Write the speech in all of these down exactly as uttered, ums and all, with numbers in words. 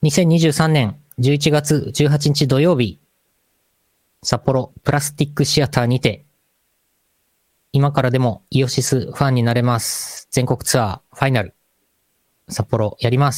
にせんにじゅうさんねんじゅういちがつじゅうはちにち土曜日、札幌プラスティックシアターにて、今からでもイオシスファンになれます。全国ツアーファイナル、札幌やります。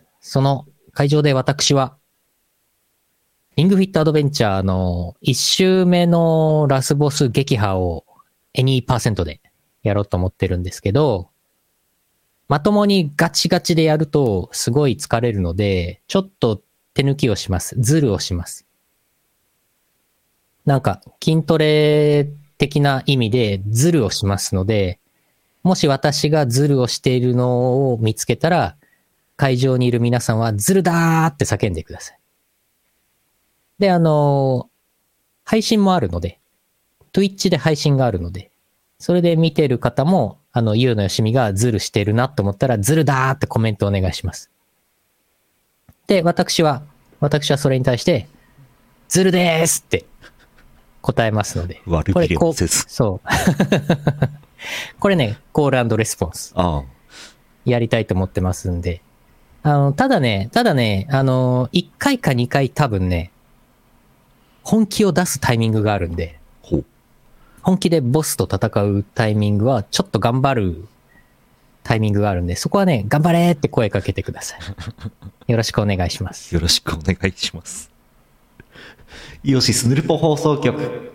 その会場で私は、リングフィットアドベンチャーのいち周目のラスボス撃破をエニーパーセントでやろうと思ってるんですけど、まともにガチガチでやるとすごい疲れるので、ちょっと手抜きをします。ズルをします。なんか筋トレ的な意味でズルをしますので、もし私がズルをしているのを見つけたら、会場にいる皆さんはズルだーって叫んでください。で、あの、配信もあるので、Twitch で配信があるので、それで見てる方も、あの、ゆうのよしみがズルしてるなと思ったら、ズルだーってコメントお願いします。で、私は、私はそれに対して、ズルでーすって答えますので。 悪びれもせず。 そう。これね、コール&レスポンス。 ああ。 やりたいと思ってますんで。あの、ただね、ただね、あの、いっかいかにかい多分ね、本気を出すタイミングがあるんで、 ほう。 本気でボスと戦うタイミングはちょっと頑張るタイミングがあるんで、そこはね、頑張れーって声かけてください。よろしくお願いします。 よろしくお願いします。イオシスヌルポ放送局。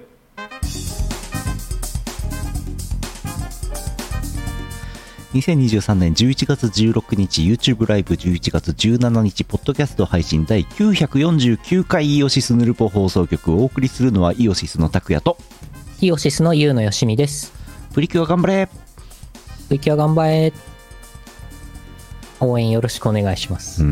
にせんにじゅうさんねんじゅういちがつじゅうろくにち YouTube ライブ、じゅういちがつじゅうしちにちポッドキャスト配信だいきゅうひゃくよんじゅうきゅうかいイオシスヌルポ放送局をお送りするのはイオシスの拓也とイオシスのゆうのよしみです。 プリキュア頑張れ。 プリキュア頑張れ。応援よろしくお願いします。 うん、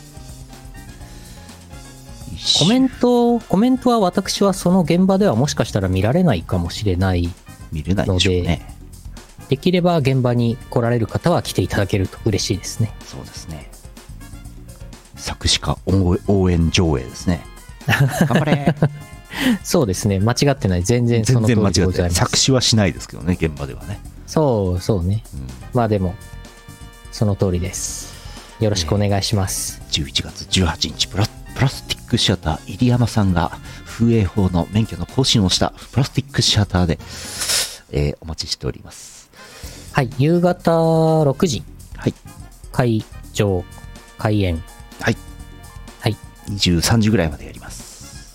コメントコメントは私はその現場ではもしかしたら見られないかもしれないので、 見れないでしょうね。 できれば現場に来られる方は来ていただけると嬉しいですね。 そうですね。作詞家応援上映ですね。頑張れ。 そうですね。間違ってない。全然その通りでございます。全然間違ってない。 作詞はしないですけどね、現場ではね。 そうそうね。うん、まあでもその通りです。よろしくお願いします。 ね、じゅういちがつじゅうはちにちプラ、プラスティックシアター入山さんが風営法の免許の更新をしたプラスティックシアターで、えー、お待ちしております。 はい、夕方ろくじ、 はい、 会場開演、 はい、 はい、 にじゅうさんじぐらいまでやります。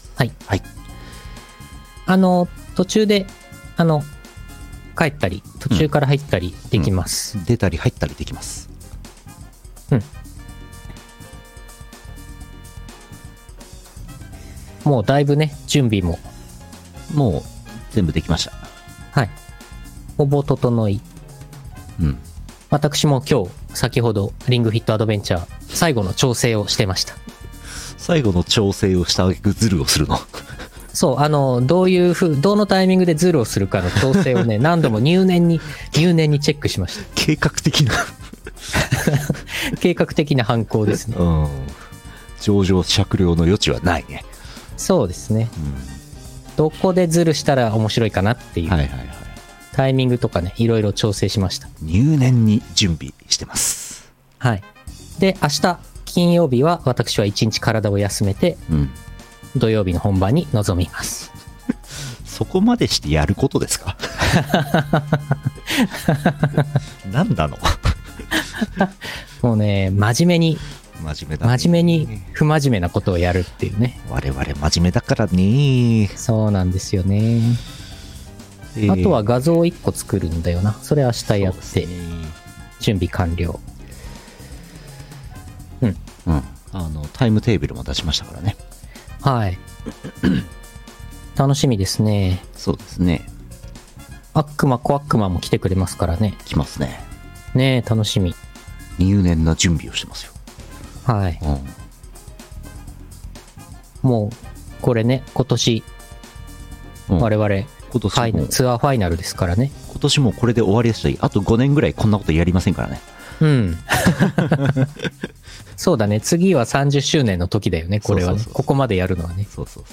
はい、 はい、 あの途中であの帰ったり途中から入ったりできます、 うんうん、出たり入ったりできます。 うん。もうだいぶね準備ももう全部できました。 はい。ほぼ整い。 うん、 私も今日先ほどリングフィットアドベンチャー最後の調整をしてました。 最後の調整をした挙句ズルをするの。 そうあのどういうふうどのタイミングでズルをするかの調整をね何度も入念に入念にチェックしました。 計画的な計画的な犯行ですね。 うん。情状酌量の余地はないね。 そうですね。 うん、 どこでズルしたら面白いかなっていう。 はいはいはい。 タイミングとかね、いろいろ調整しました。 入念に準備してます。 はい。で、明日、金曜日は私は一日体を休めて、うん、土曜日の本番に臨みます。 そこまでしてやることですか？何なの？ もうね、真面目に、 真面目だね、 真面目に不真面目なことをやるっていうね。 我々真面目だからね。 そうなんですよね。えー、あとは画像をいっこ作るんだよな。それ明日やって、準備完了。うん。 うん。あの、タイムテーブルも出しましたからね。 はい。楽しみですね。 そうですね。 悪魔、小悪魔も来てくれますからね。 来ますね。 ねえ、楽しみ。 入念な準備をしてますよ。 はい。うん、もう、これね、今年、うん、我々、今年ツアーファイナルですからね。 今年もこれで終わりでした。あとごねんぐらいこんなことやりませんからね。 うん。そうだね。次はさんじゅっしゅうねんの時だよね。これはね。そうそうそう、ここまでやるのはね。 そうそうそう。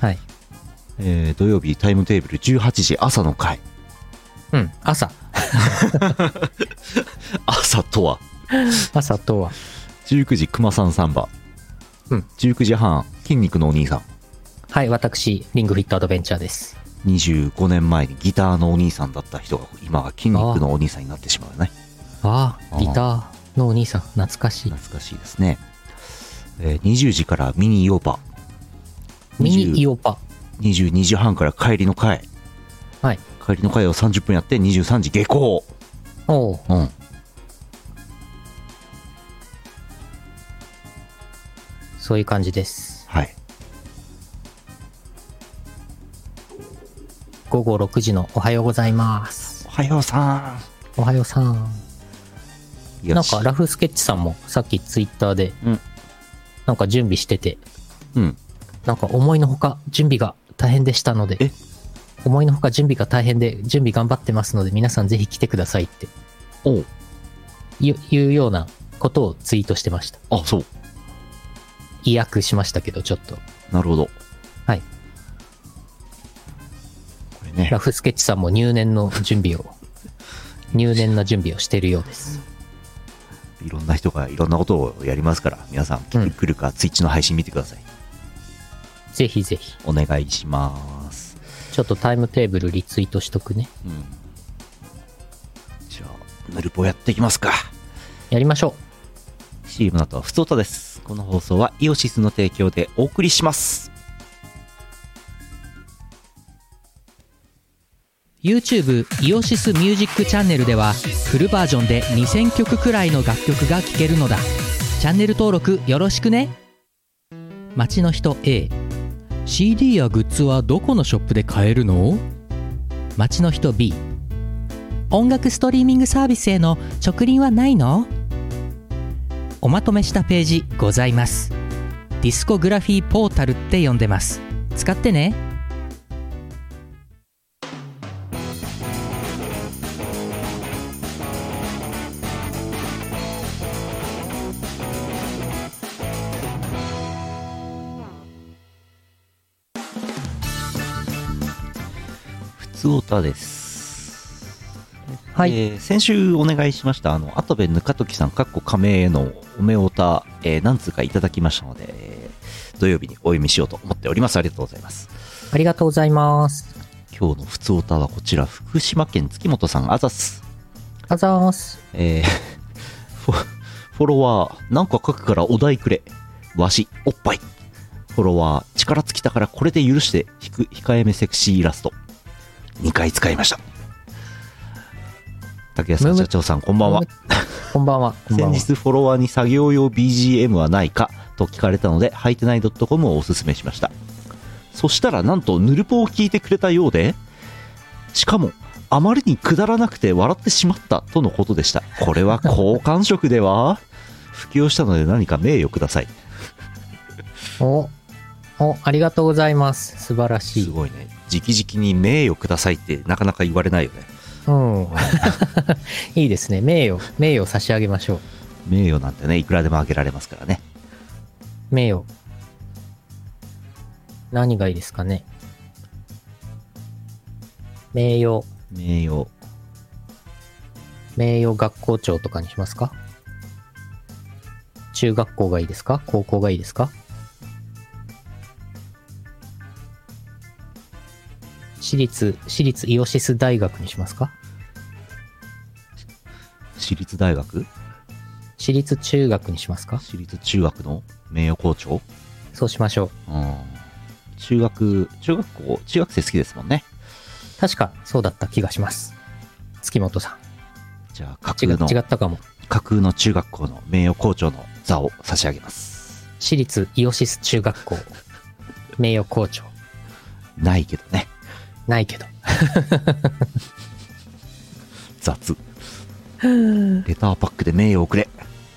はい。 えー、土曜日タイムテーブルじゅうはちじ朝の回。 うん。朝。 朝とは。 朝とは。 じゅうくじ熊さんサンバ。 うんじゅうくじはん、筋肉のお兄さん。 はい、私、リングフィットアドベンチャーです。 にじゅうごねんまえにギターのお兄さんだった人が今は筋肉のお兄さんになってしまうね。 ああ、ギターのお兄さん、懐かしい。 懐かしいですね。えー、にじゅうじからミニイオパ。 ミニイオパ。 にじゅうにじはんから帰りの会。 はい。 帰りの会をさんじゅっぷんやってにじゅうさんじ下校。 おう。 うん。 そういう感じです。 はい。 ごごろくじのおはようございます。 おはようさん。 おはようさん。なんかラフスケッチさんもさっきツイッターで、うん、なんか準備してて、 うん。 なんか思いのほか準備が大変でしたので、 え思いのほか準備が大変で準備頑張ってますので皆さんぜひ来てくださいっておういうようなことをツイートしてました。 あ、そう。 意訳しましたけどちょっと。 なるほど。 はい。 これね。 ラフスケッチさんも入念の準備を入念な準備をしているようです。 いろんな人がいろんなことをやりますから皆さん来るか、うん、ツイッチの配信見てください。 ぜひぜひお願いします。 ちょっとタイムテーブルリツイートしとくね。 うん。じゃあヌルポやっていきますか。 やりましょう。 シーエム の後はふつおたです。この放送はイオシスの提供でお送りします。 YouTube イオシスミュージックチャンネルではフルバージョンでにせんきょくくらいの楽曲が聴けるのだ。チャンネル登録よろしくね。街の人 A、 シーディー やグッズはどこのショップで買えるの？街の人 B、 音楽ストリーミングサービスへの直輪はないの？おまとめしたページございます。ディスコグラフィーポータルって呼んでます。使ってね。 ふつおたです。 はい、 えー、先週お願いしましたあの跡部ぬかときさんかっこ仮名へのおめおた、えー、何通かいただきましたので、えー、土曜日にお読みしようと思っております。ありがとうございます。 ありがとうございます。 今日のふつおたはこちら、福島県月本さん、あざすあざーす。 えー、フォフォロワーなんか書くからお題くれ、わしおっぱい、フォロワー力尽きたからこれで許して、ひく控えめセクシーイラストにかい使いました。竹谷さん、社長さん、こんばんは。 こんばんは。 先日フォロワーに作業用 ビージーエム はないかと聞かれたので、はいてない .com をおすすめしました。そしたらなんとヌルポを聞いてくれたようで、しかもあまりにくだらなくて笑ってしまったとのことでした。これは好感触では？布教したので何か名誉ください。 おお、ありがとうございます。素晴らしい。 すごいね。直々に名誉くださいってなかなか言われないよね。 うん。いいですね。名誉、名誉差し上げましょう。 名誉なんてね、いくらでもあげられますからね。 名誉。何がいいですかね。名誉。 名誉。 名誉学校長とかにしますか？中学校がいいですか？高校がいいですか？私立、私立イオシス大学にしますか？ 私立大学？ 私立中学にしますか？ 私立中学の名誉校長？ そうしましょう。 うん。中学、中学校、中学生好きですもんね。 確かそうだった気がします。月本さん。 じゃあ架空の違ったかも。 架空の中学校の名誉校長の座を差し上げます。 私立イオシス中学校名誉校長。 ないけどね。 ないけど。 雑。レターパックで名誉をくれ。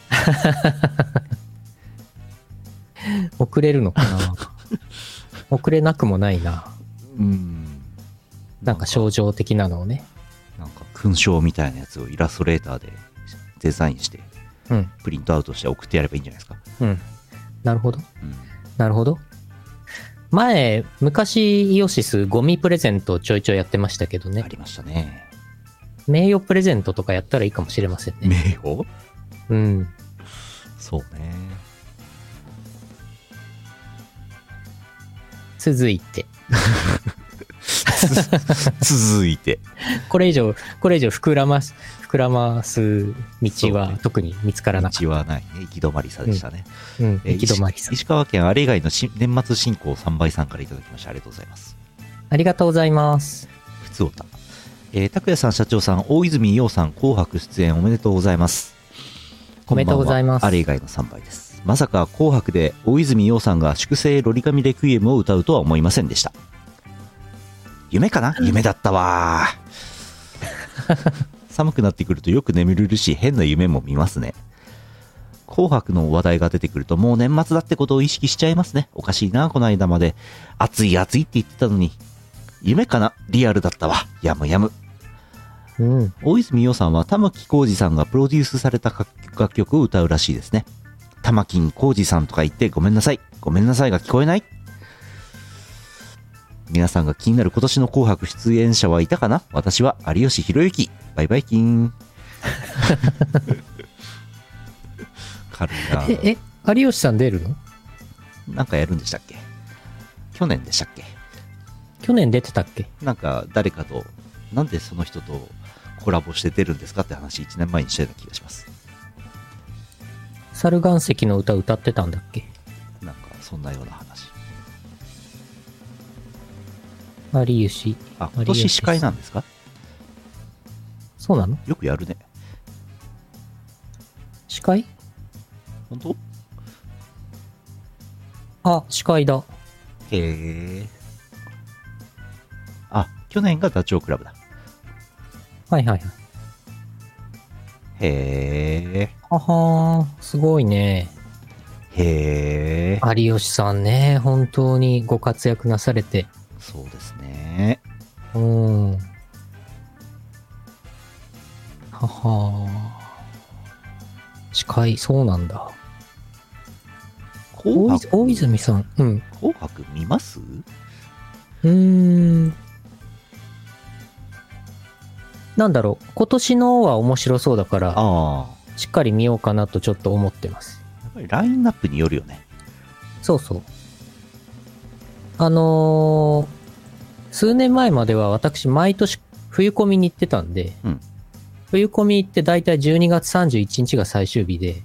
送れるのかな。送れなくもないな。 うん。 なんか症状的なのをね。 なんか勲章みたいなやつをイラストレーターでデザインして、 うん、 プリントアウトして送ってやればいいんじゃないですか。 うん。なるほど。 うん、 なるほど。前、昔イオシスゴミプレゼントちょいちょいやってましたけどね。 ありましたね。 名誉プレゼントとかやったらいいかもしれませんね。 名誉？ うん。 そうね。 続いて。 続いて。 これ以上、これ以上膨らます、膨らます道は特に見つからなかった。 道はないね。行き止まりさでしたね。 うん、うん、 えー行き止まりさ。 石川県あれ以外のし年末進行さんばいさんからいただきました。ありがとうございます。 ありがとうございます。 ふつおた。えー、拓也さん、社長さん、大泉洋さん、紅白出演おめでとうございます。 おめでとうございます。 あれ以外のさんばいです。まさか紅白で大泉洋さんが粛清ロリカミレクイエムを歌うとは思いませんでした。夢かな、夢だったわ。寒くなってくるとよく眠れるし、変な夢も見ますね。紅白の話題が出てくるともう年末だってことを意識しちゃいますね。おかしいな、この間まで暑い暑いって言ってたのに。夢かな、リアルだったわ。やむやむ。 うん、 大泉洋さんは玉置浩二さんがプロデュースされた楽曲を歌うらしいですね。玉金浩二さんとか言ってごめんなさい。ごめんなさいが聞こえない？皆さんが気になる今年の紅白出演者はいたかな？私は有吉弘行。バイバイキン。軽いな。 え、え、有吉さん出るの？ なんかやるんでしたっけ？去年でしたっけ？ 去年出てたっけ？ なんか誰かと、なんでその人とコラボして出るんですかって話いちねんまえにしたような気がします。 猿岩石の歌歌ってたんだっけ？ なんかそんなような話。 有吉。 あ、今年司会なんですか？ そうなの？ よくやるね。 司会？ 本当？ あ、司会だ。 へえ。あ、去年がダチョウ倶楽部だ。 はいはいはい。 へえ。 ははー、すごいね。 へえ。 有吉さんね、本当にご活躍なされて。 そうですね。 うん。ははー。司会、そうなんだ。 紅白、 大泉さん。うん。 紅白見ます？ うーん。なんだろう。今年のは面白そうだから、 ああ。 しっかり見ようかなとちょっと思ってます。 やっぱりラインナップによるよね。 そうそう。あのー、数年前までは私毎年冬コミに行ってたんで、 うん、 冬コミってだいたいじゅうにがつさんじゅういちにちが最終日で、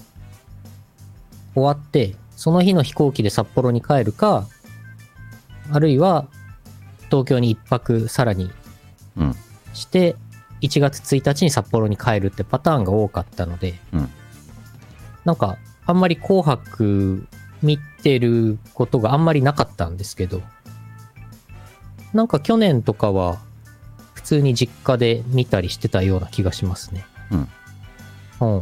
終わって、その日の飛行機で札幌に帰るか、あるいは東京に一泊さらにして、いちがつついたちに札幌に帰るってパターンが多かったので、 うん、 なんかあんまり紅白見てることがあんまりなかったんですけど、なんか去年とかは普通に実家で見たりしてたような気がしますね。うん。うん。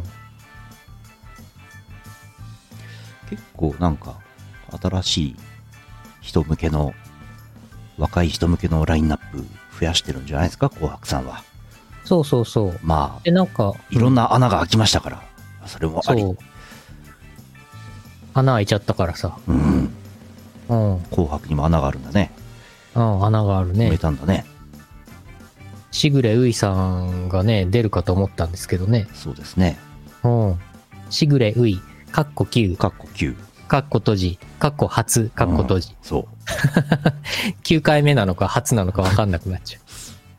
結構なんか新しい人向けの、若い人向けのラインナップ増やしてるんじゃないですか、紅白さんは。 そうそうそう。 まあ、 でなんかいろんな穴が開きましたから、それもあり。 そう。穴開いちゃったからさ。 うん。 うん。 紅白にも穴があるんだね。 うん、穴がある埋めね。 たんだね。 しぐれういさんがね、出るかと思ったんですけどね。 そうですね。 うん。しぐれうい、かっこきゅう、 かっこきゅう。 かっこ閉じ、かっこ初、かっこ閉じ。 うん、そう。 きゅうかいめなのか初なのかわかんなくなっちゃう。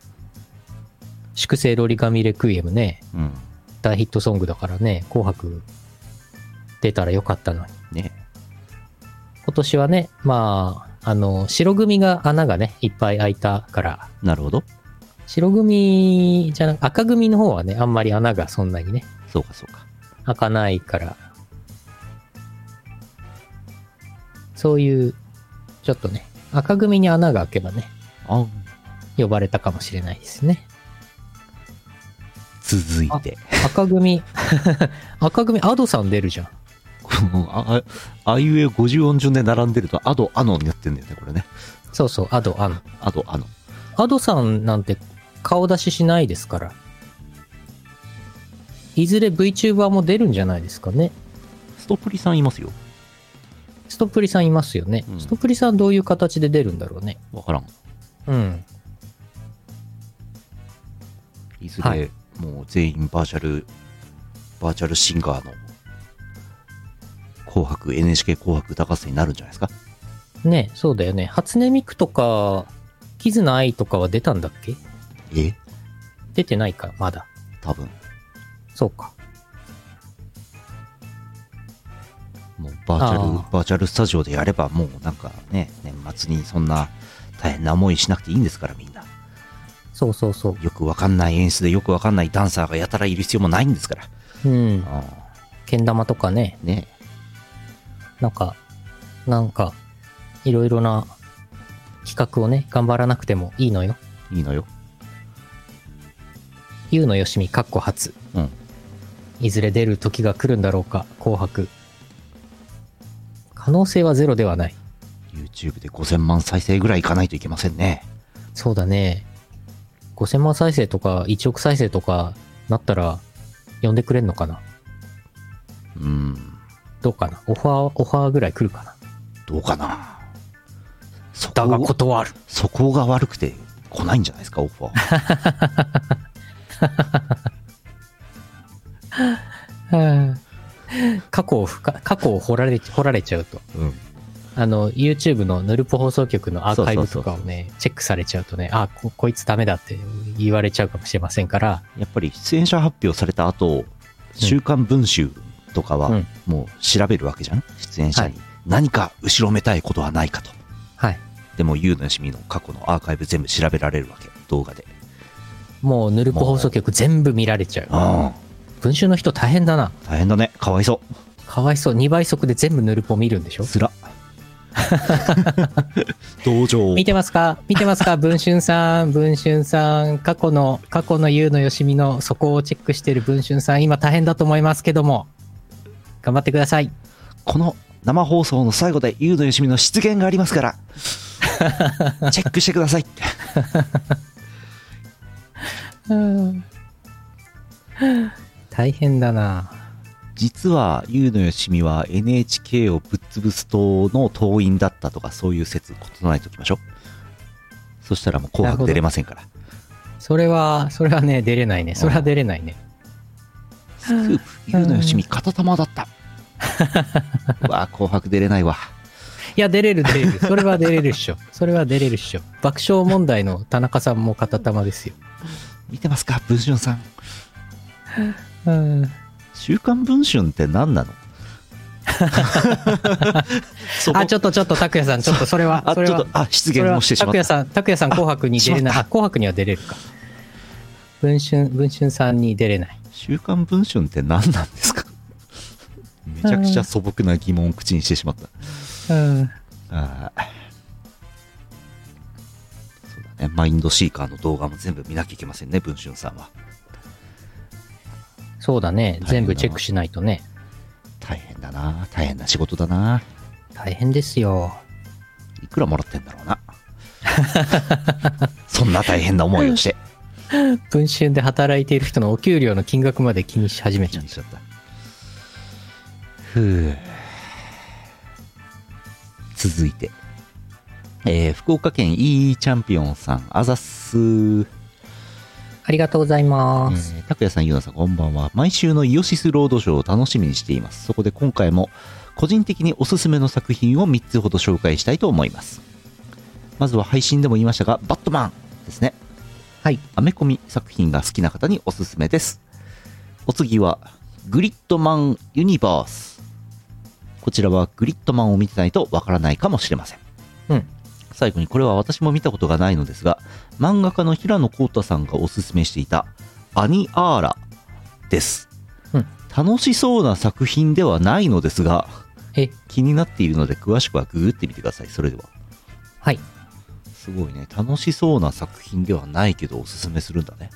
粛清ロリガミレクイエムね。 うん。 大ヒットソングだからね、紅白出たらよかったのに。 ね。 今年はね、まあ、あの、白組が穴がね、いっぱい開いたから。 なるほど。 白組じゃなく、赤組の方はね、あんまり穴がそんなにね、 そうかそうか。 開かないから。そういう、ちょっとね、赤組に穴が開けばね、 あ呼ばれたかもしれないですね。 続いて。 赤組、赤組、アドさん出るじゃん。 ああ、あいうえごじゅう音順で並んでると、アド、アノになってんだよね、これね。 そうそう、アド、アノ。 アド、アノ。 アドさんなんて顔出ししないですから。いずれ VTuber も出るんじゃないですかね。 ストプリさんいますよ。 ストプリさんいますよね。 うん、 ストプリさんどういう形で出るんだろうね。 わからん。 うん。 いずれ、はい、もう全員バーチャル、バーチャルシンガーの紅白、エヌエイチケー 紅白歌合戦になるんじゃないですか。 ね、そうだよね。初音ミクとか、キズナアイとかは出たんだっけ？ え出てないか、まだ。 多分。 そうか。 もうバーチャル、 あーバーチャルスタジオでやればもうなんかね、年末にそんな大変な思いしなくていいんですからみんな。 そうそうそう。 よくわかんない演出でよくわかんないダンサーがやたらいる必要もないんですから。 うん。 あけん玉とかね、 ーねなんか、なんか、いろいろな企画をね、頑張らなくてもいいのよ。 いいのよ。 ゆうのよしみ、かっこ初。 うん。 いずれ出る時が来るんだろうか、紅白。可能性はゼロではない。 YouTube でごせんまん再生ぐらいいかないといけませんね。 そうだね。ごせんまん再生とかいちおく再生とかなったら呼んでくれんのかな。 うーん。 どうかな。オファー、オファーぐらい来るかな。 どうかな。そだがこ断る。 そこが悪くて来ないんじゃないですか、オファー。 過去をふか、過去を掘られ、掘られちゃうと。 うん。 あの、YouTube のヌルポ放送局のアーカイブとかをそうそうね、チェックされちゃうとね、あこ、こいつダメだって言われちゃうかもしれませんから、 やっぱり出演者発表された後、週刊文集とかはうんもう調べるわけじゃん、出演者に、 はい何か後ろめたいことはないかと。 はい。 でもゆうのよしみの過去のアーカイブ全部調べられるわけ、動画で。 もうヌルポ放送局全部見られちゃう。 ああ、 文集の人大変だな。 大変だね、かわいそかわいそう。にばい速で全部ヌルポ見るんでしょう。つら。同情。 見てますか見てますか文春さん、文春さん、過去の、過去のゆうのよしみのそこをチェックしてる文春さん、今大変だと思いますけども、頑張ってください。 この生放送の最後でゆうのよしみの出現がありますからチェックしてくださいって大変だな。 実はゆうのよしみは エヌエイチケー をぶっ潰す党の党員だったとか、そういう説唱えておきましょう。そしたらもう紅白出れませんから。 それは、それはね、出れないね。それは出れないね。 スクープ、ゆうのよしみ片玉だったうわあ、紅白出れないわ。 いや、出れる出れる。それは出れるっしょ。それは出れるっしょ。爆笑問題の田中さんも片玉ですよ。 見てますか、文春さん。 うん。 週刊文春って何なのそこあ、ちょっとちょっと、拓也さん、ちょっとそれは、 あ、 それはちょっと、あ、失言もしてしまった。 拓也さん、拓也さん、紅白に出れない。 あしまったあ、紅白には出れるか。文春、文春さんに出れない。 週刊文春って何なんですかめちゃくちゃ素朴な疑問を口にしてしまった。 うん。 あーそうだね。マインドシーカーの動画も全部見なきゃいけませんね、文春さんは。 そうだね。 大変だな全部チェックしないとね。 大変だな。大変な仕事だな。 大変ですよ。 いくらもらってんだろうな。そんな大変な思いをして。 文春で働いている人のお給料の金額まで気にし始めちゃう。 気にしちゃった。ふう。続いて、えー、福岡県 E チャンピオンさん、あざっすー。 ありがとうございます。 えー、拓也さん、ゆうなさん、こんばんは。毎週のイオシスロードショーを楽しみにしています。そこで今回も個人的におすすめの作品をみっつほど紹介したいと思います。まずは配信でも言いましたが、バットマンですね。 はい。 アメコミ作品が好きな方におすすめです。お次は、グリッドマンユニバース。こちらはグリッドマンを見てないとわからないかもしれません。 うん。 最後に、これは私も見たことがないのですが、漫画家の平野浩太さんがおすすめしていたアニアーラです。 うん。 楽しそうな作品ではないのですが、 え、 気になっているので詳しくはググってみてください。それでは。 はい。 すごいね。楽しそうな作品ではないけどおすすめするんだね。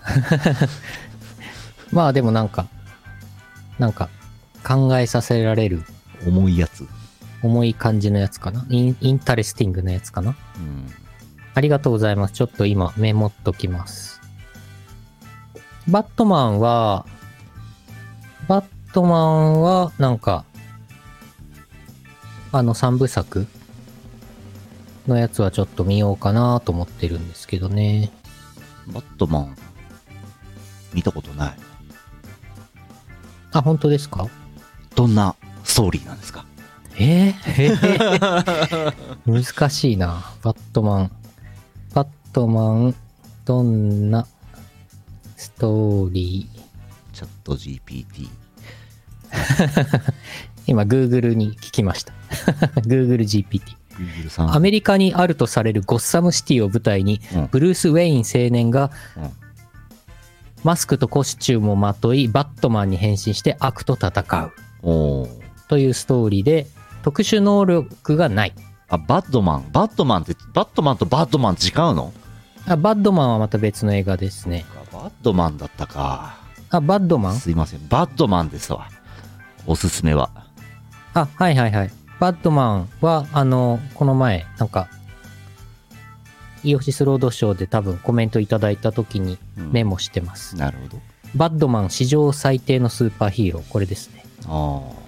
まあでもなんか、なんか考えさせられる重いやつ。 重い感じのやつかな。イン、インタレスティングなやつかな。 うん。 ありがとうございます。ちょっと今メモっときます。バットマンは、バットマンはなんか、あの三部作のやつはちょっと見ようかなと思ってるんですけどね。 バットマン、見たことない。 あ、本当ですか？ どんなストーリーなんですか？ えー、えー、難しいな。バットマン。バットマン、どんなストーリー。 チャット ジーピーティー。 今、Google に聞きました。Google ジーピーティー。 Google さん。 アメリカにあるとされるゴッサムシティを舞台に、 うん、 ブルース・ウェイン青年が、 うん、 マスクとコスチュームをまとい、バットマンに変身して悪と戦う。 おー。 というストーリーで、特殊能力がない。 あ、バットマン。バットマンって、バットマンとバットマン違うの？ あ、バットマンはまた別の映画ですね。 バットマンだったか。 あ、バットマン？ すいません。バットマンですわ。おすすめは。 あ、はいはいはい。バットマンは、あの、この前、なんか、イオシスロードショーで多分コメントいただいた時にメモしてます。 うん、なるほど。 バットマン史上最低のスーパーヒーロー。これですね。 ああ。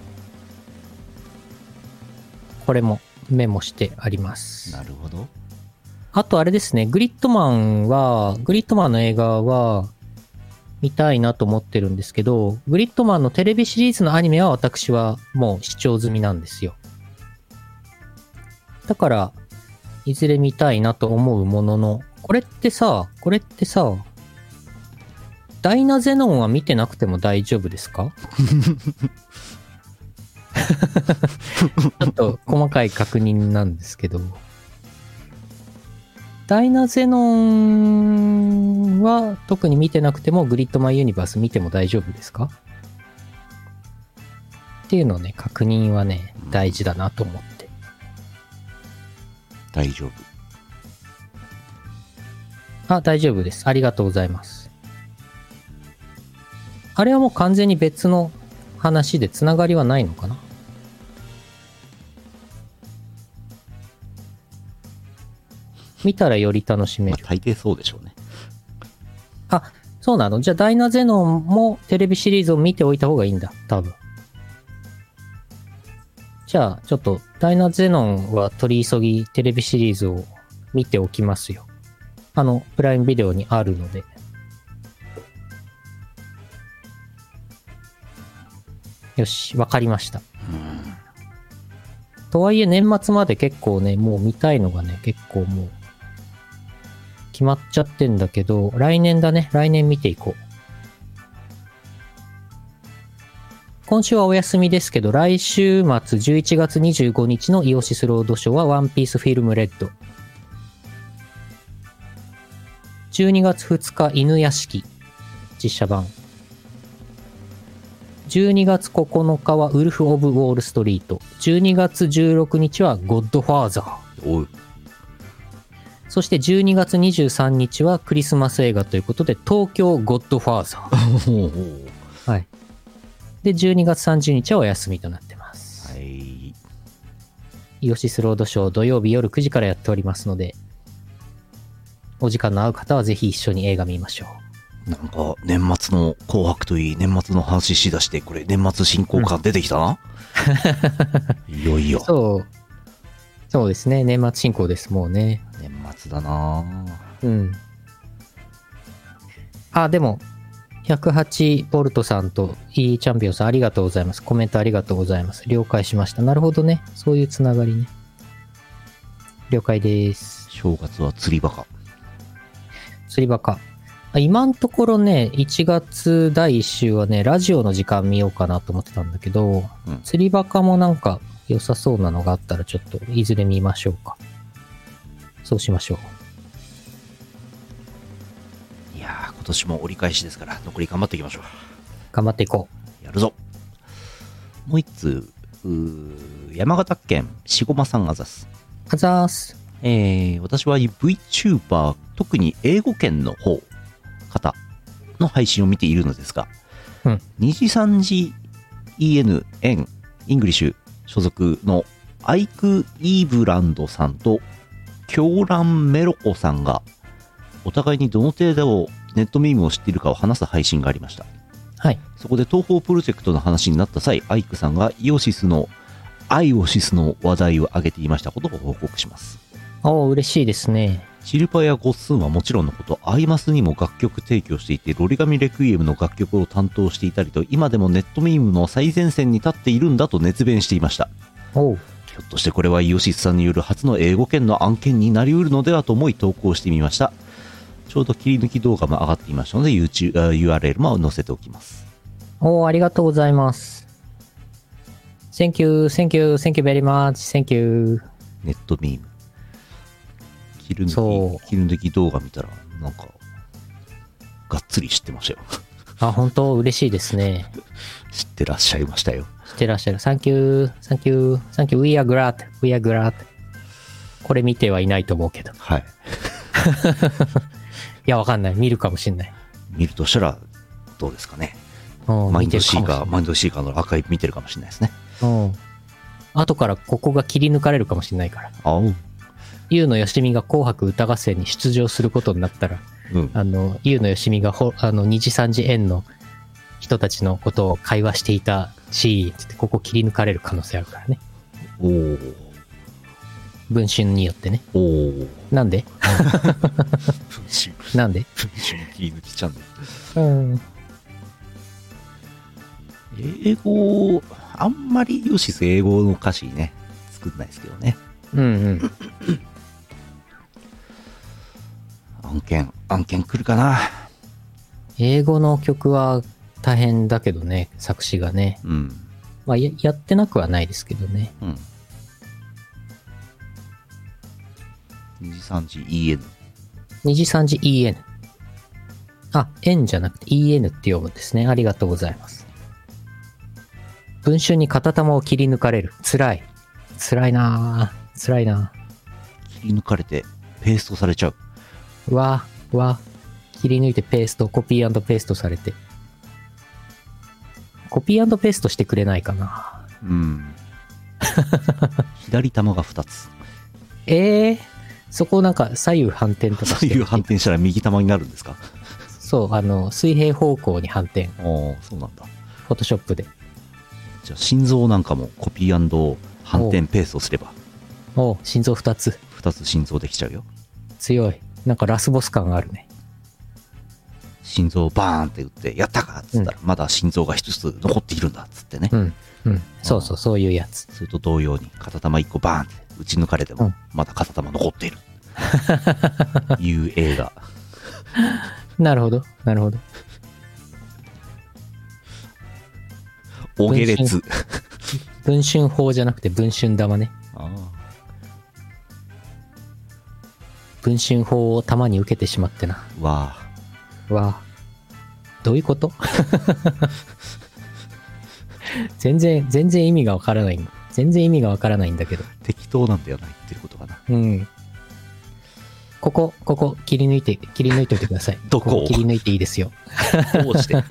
これもメモしてあります。 なるほど。 あとあれですね、グリッドマンは、グリッドマンの映画は見たいなと思ってるんですけど、グリッドマンのテレビシリーズのアニメは私はもう視聴済みなんですよ。だから、いずれ見たいなと思うものの、これってさ、これってさ、ダイナゼノンは見てなくても大丈夫ですか？ちょっと細かい確認なんですけど、ダイナゼノンは特に見てなくてもグリッドマンユニバース見ても大丈夫ですか？っていうのをね、確認はね、大事だなと思って。 大丈夫。 あ、大丈夫です。ありがとうございます。あれはもう完全に別の話でつながりはないのかな？見たらより楽しめる。 まあ、大抵そうでしょうね。 あ、そうなの？じゃあダイナゼノンもテレビシリーズを見ておいた方がいいんだ。多分。じゃあ、ちょっとダイナゼノンは取り急ぎテレビシリーズを見ておきますよ。あの、プライムビデオにあるので。よし、わかりました。とはいえ年末まで結構ね、もう見たいのがね、結構もう決まっちゃってんだけど、来年だね。来年見ていこう。今週はお休みですけど、来週末じゅういちがつにじゅうごにちのイオシスロードショーはワンピースフィルムレッド。じゅうにがつふつか犬屋敷実写版。じゅうにがつここのかはウルフ・オブ・ウォール・ストリート。じゅうにがつじゅうろくにちはゴッドファーザー。 おい。 そしてじゅうにがつにじゅうさんにちはクリスマス映画ということで東京ゴッドファーザー。はい。で、じゅうにがつさんじゅうにちはお休みとなってます。 はい。 イオシスロードショー土曜日夜くじからやっておりますので、お時間の合う方はぜひ一緒に映画見ましょう。 なんか年末の紅白といい年末の話しだして、これ年末進行感出てきたな、うん、いよいよそうそうですね、年末進行です。もうね年末だな。 うん。あ、でもひゃくはちボルトさんと E チャンピオンさんありがとうございます。コメントありがとうございます。了解しました。なるほどね、そういうつながりね。了解です。 正月は釣りバカ。 釣りバカ。今のところね、いちがつだいいっ週はね、ラジオの時間見ようかなと思ってたんだけど、うん、釣りバカもなんか良さそうなのがあったらちょっといずれ見ましょうか。そうしましょう。いやー、今年も折り返しですから、残り頑張っていきましょう。 頑張っていこう。やるぞ。もう一通、うー山形県しごまさんあざす。 あざーす。 えー、私は VTuber、特に英語圏の方、方の配信を見ているのですが、 うん、 にじさんじ イーエヌ 円イングリッシュ所属のアイク・イーブランドさんとキョーラン・メロコさんがお互いにどの程度ネットミームを知っているかを話す配信がありました。 はい。 そこで東宝プロジェクトの話になった際、アイクさんがイオシスのアイオシスの話題を挙げていましたことを報告します。 おー、嬉しいですね。 シルパやゴッスンはもちろんのこと、アイマスにも楽曲提供していて、ロリガミレクイエムの楽曲を担当していたりと、今でもネットミームの最前線に立っているんだと熱弁していました。 おう。 ひょっとしてこれはイオシスさんによる初の英語圏の案件になりうるのではと思い投稿してみました。ちょうど切り抜き動画も上がっていましたので YouTube、ユーアールエル も載せておきます。 おー、ありがとうございます。Thank you, thank you, thank you very much, thank you. ネットミーム。切りそう抜き、切り抜き動画見たら、なんか、がっつり知ってましたよ。 あ、本当嬉しいですね。 知ってらっしゃいましたよ。 知ってらっしゃる。Thank you, thank you, thank you, we are glad, we are glad. これ見てはいないと思うけど。 はい。 いや、わかんない。見るかもしんない。 見るとしたら、どうですかね。 うん、 マインド見てるかもしんないシーカー、マインドシーカーのアーカイブ見てるかもしれないですね。 うん。後からここが切り抜かれるかもしんないから。 あお。 ゆうのよしみが紅白歌合戦に出場することになったら、 うん。 あの、ゆうのよしみがほ、あの、にじさんじ円の人たちのことを会話していたシーンつってここ切り抜かれる可能性あるからね。 おお。 文春によってね。 おお。 なんで文春。 なんで文春切り抜きチャンネル。 うん。 英語、あんまりイオシス英語の歌詞ね、作んないですけどね。 うんうん。 案件、案件来るかな。 英語の曲は大変だけどね、作詞がね。 うん。 まあや、やってなくはないですけどね。 うん。にじさんじ イーエヌ。 にじさんじ イーエヌ。あ、N じゃなくて イーエヌ って読むんですね。ありがとうございます。文春に片玉を切り抜かれる。辛い。辛いなぁ。辛いなぁ。 切り抜かれて、ペーストされちゃう。 うわ、うわ。切り抜いてペースト、コピー&ペーストされて。コピー&ペーストしてくれないかな。 うん。左玉がふたつ。 ええー、そこなんか左右反転とかして。 左右反転したら右玉になるんですか？ そう、あの、水平方向に反転。 ああ、そうなんだ。 フォトショップで。 じゃあ心臓なんかもコピー&反転ペーストすればおう、心臓ふたつ。 ふたつ心臓できちゃうよ。 強い。なんかラスボス感があるね。 心臓バーンって打ってやったかっつったら、まだ心臓がひとつ残っているんだっつってね。 うん。うん。そうそう、そういうやつ。 それと同様に片玉いっこバーンって打ち抜かれても、 うんまだ片玉残っているいう映画。 なるほど。なるほど。 お下劣。 文春法じゃなくて文春玉ね。 ああ、 文春法を玉に受けてしまってな。 わあ、 わあ。どういうこと全然、全然意味がわからない。全然意味がわからないんだけど。 適当なんだよな、言ってることかな。 うん。ここ、ここ、切り抜いて、切り抜いておいてください。 どこを切り抜いていいですよ。 こうして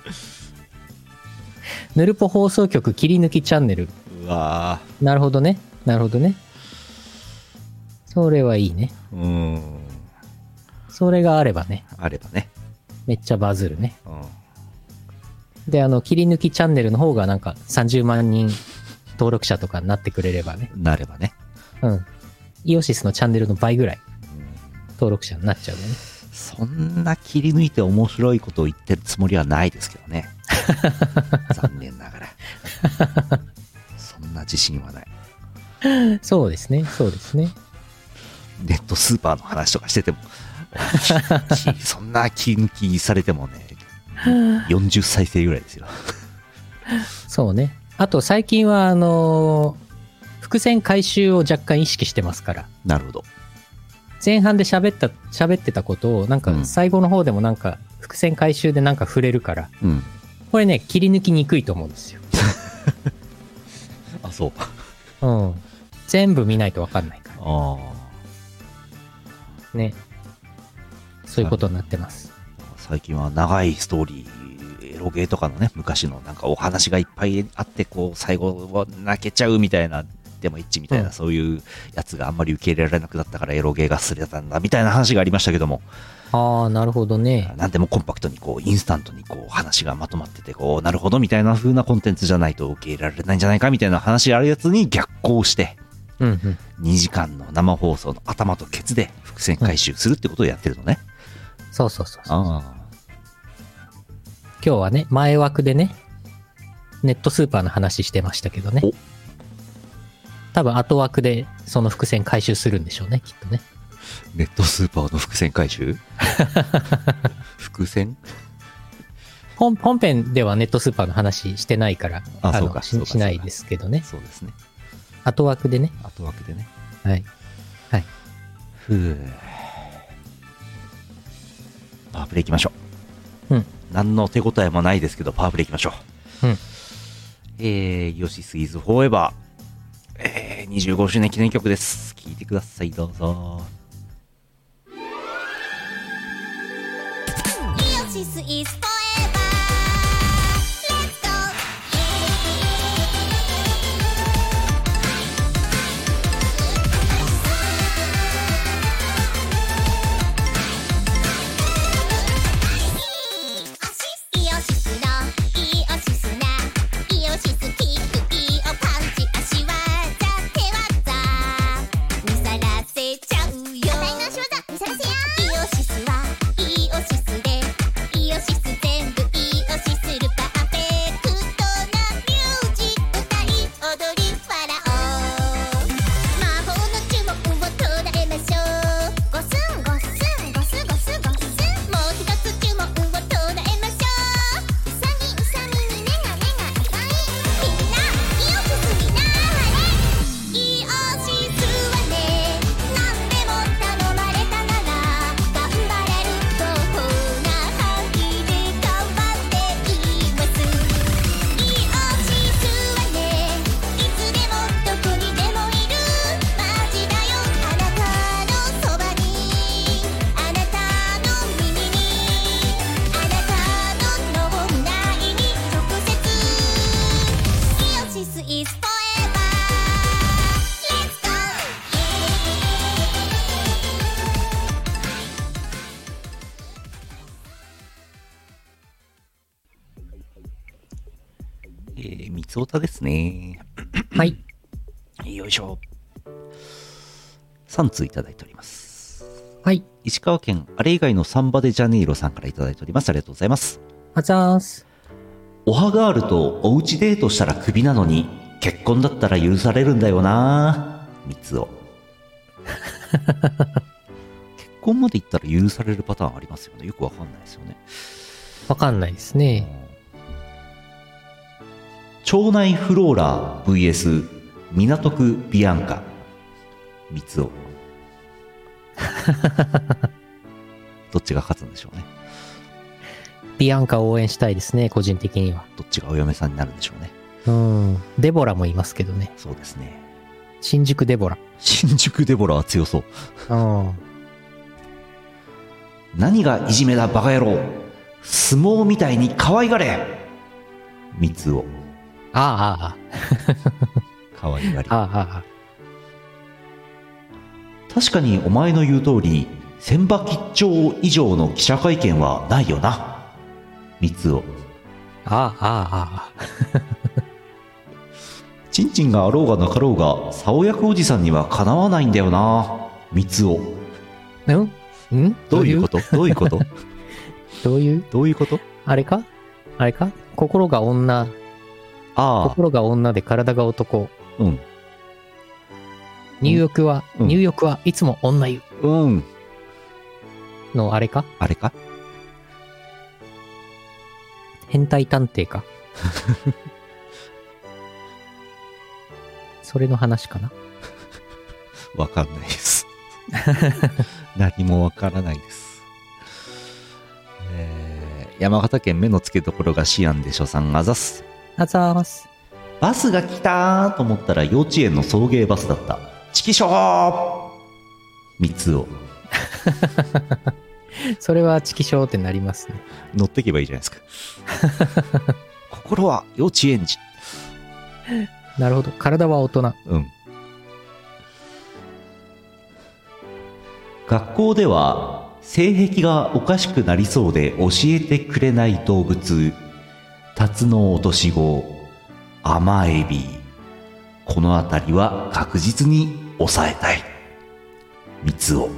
ヌルポ放送局切り抜きチャンネル。 うわあ、 なるほどね。なるほどね。それはいいね。 うーん、 それがあればね。 あればね。 めっちゃバズるね。 うん、 で、あの、切り抜きチャンネルの方がなんかさんじゅうまん人登録者とかになってくれればね。 なればね。 うん。イオシスのチャンネルの倍ぐらい登録者になっちゃうよね。 そんな切り抜いて面白いことを言ってるつもりはないですけどね。残念ながら。そんな自信はない。 そうですね。そうですね。 ネットスーパーの話とかしてても、きそんな切り抜きされてもね、よんじゅっさいせいぐらいですよ。 そうね。あと最近はあのー伏線回収を若干意識してますから。 なるほど。 前半で喋った、喋ってたことを、なんかうん最後の方でもなんか伏線回収でなんか触れるから、 うん。 これね、切り抜きにくいと思うんですよ。 あ、そう。 うん。全部見ないとわかんないかあら。ね。そういうことになってます。 あ。最近は長いストーリー、エロゲーとかのね、昔のなんかお話がいっぱいあって、こう、最後は泣けちゃうみたいな、でも一致みたいな、 うんそういうやつがあんまり受け入れられなくなったからエロゲーがすれたんだみたいな話がありましたけども、 ああ、なるほどね。 なんでもコンパクトにこうインスタントにこう話がまとまってて、こうなるほどみたいな風なコンテンツじゃないと受け入れられないんじゃないかみたいな話があるやつに逆行してうんうん。 にじかんの生放送の頭とケツで伏線回収するってことをやってるのね。 そうそうそうそう。 あ今日はね、前枠でね、ネットスーパーの話してましたけどね。 多分後枠でその伏線回収するんでしょうね、きっとね。 ネットスーパーの伏線回収伏線本本編ではネットスーパーの話してないから、 あ、 のそうか、 しそうかしないですけどね。 そうですね。 後枠でね。 後枠でね。 はい。はい。 ふう。パワープレイ行きましょう。うん。 何の手応えもないですけど、パワープレイ行きましょう。うん。 えー、ヨシスイズフォーエバー。えー、にじゅうごしゅうねん記念曲です。聴いてください、どうぞ。 This is forever. Let's go. Ioshisu no Ioshisu na Ioshisu kick いいおパンチ足技手技見さらせちゃうよ。最の足技見さらせや。イオシスはイオシスでイオシス全部イオシするパーフェクトなミュージック歌い踊り笑おう。魔法の呪文を唱えましょう。ゴスンゴスンゴスゴスゴスン。もう一つ呪文を唱えましょう。うさぎうさみに目が目がいっぱい。みんなイオシスになれ。イオシスはね何でも頼まれたなら頑張れるとこな範囲で頑張っています。イオシスはねいつでもどこにでもいるマジだよ。あなたのそばにあなたの耳にあなたの脳内に直接。イオシス is forever. Let's go. えー、三つおたですね。 はい。 よいしょ。さん通いただいております。 はい。 石川県、あれ以外のサンバデジャネイロさんからいただいております。ありがとうございます。 あざーす。 おはガールとおうちデートしたらクビなのに、結婚だったら許されるんだよな。三つお。結婚まで行ったら許されるパターンありますよね。よくわかんないですよね。 わかんないですね。 町内フローラ ブイエス 港区ビアンカ。三つお。どっちが勝つんでしょうね。 ビアンカを応援したいですね、個人的には。 どっちがお嫁さんになるんでしょうね。 うん。デボラもいますけどね。 そうですね。 新宿デボラ。 新宿デボラは強そう。 うん。 何がいじめだバカ野郎。相撲みたいに可愛がれ。三つお。 ああ、あ可愛がり。 あ、ああ、ああ。 確かにお前の言う通り、千葉吉兆以上の記者会見はないよな。三つお。 ああ、ああ。 ちんちんがあろうがなかろうが、竿役おじさんにはかなわないんだよな。三つお。 うんんどういうことどういうことどういうどういうことあれかあれか心が女。 ああ。 心が女で体が男。 うん。 入浴は、 うん入浴はいつも女湯うん。 のあれかあれか変態探偵かそれの話かな。 わかんないです。何もわからないです。えー、山形県目の付けどころがシアンでしょさんあざす。 あざーす。 バスが来たーと思ったら幼稚園の送迎バスだった。チキショー三つを。 それはチキショーってなりますね。 乗ってけばいいじゃないですか。心は幼稚園児。 なるほど。体は大人。 うん。学校では性癖がおかしくなりそうで教えてくれない動物。タツノオトシゴ、アマエビ。このあたりは確実に抑えたい。三つを。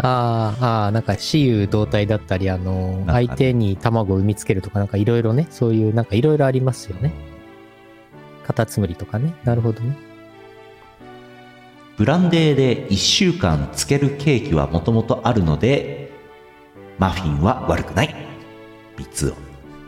あーあー、なんか雌雄同体だったり、あの、 かね相手に卵を産みつけるとか、なんかいろいろね、そういう、なんかいろいろありますよね。カタツムリとかね。なるほどね。 ブランデーでいっしゅうかん漬けるケーキはもともとあるので、マフィンは悪くない。みっつを。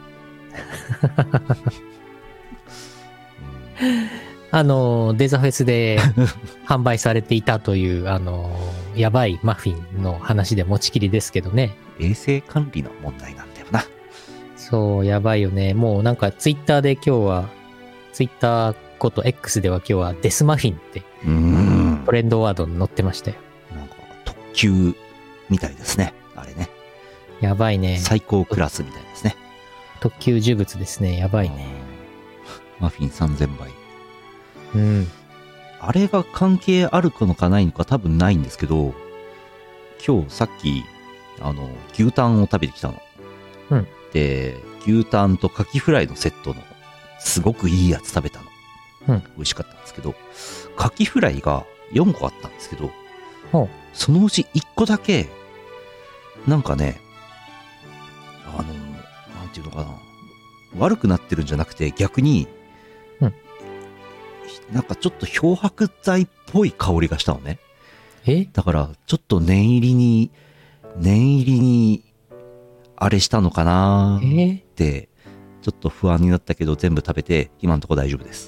あの、デザフェスで販売されていたという、あの、やばいマフィンの話で持ちきりですけどね。 衛生管理の問題なんだよな。 そう、やばいよね。もうなんかツイッターで今日は、ツイッターこと X では今日はデスマフィンってうーん。 トレンドワードに載ってましたよ。 なんか特急みたいですね。あれね。 やばいね。 最高クラスみたいですね。 特級呪物ですね。やばいね。 マフィンさんぜんばい。 うん。 あれが関係あるのかないのか多分ないんですけど、今日さっき、あの、牛タンを食べてきたの。 うん。 で、牛タンとカキフライのセットの、すごくいいやつ食べたの。 うん。 美味しかったんですけど、カキフライがよんこあったんですけど、 ほう。 そのうちいっこだけ、なんかね、あの、なんていうのかな、悪くなってるんじゃなくて逆に、 うん。 なんかちょっと漂白剤っぽい香りがしたのね。 えだから、ちょっと念入りに、念入りに、あれしたのかなえーって、ちょっと不安になったけど、全部食べて、今のところ大丈夫です。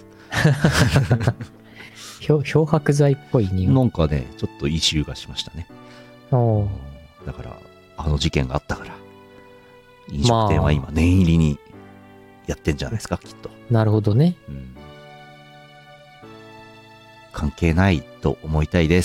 漂漂白剤っぽい匂い。 なんかね、ちょっと異臭がしましたね。 おーだから、あの事件があったから、飲食店は今、念入りにやってんじゃないですか、きっと。 なるほどね。 うん、関係ないと思いたいです。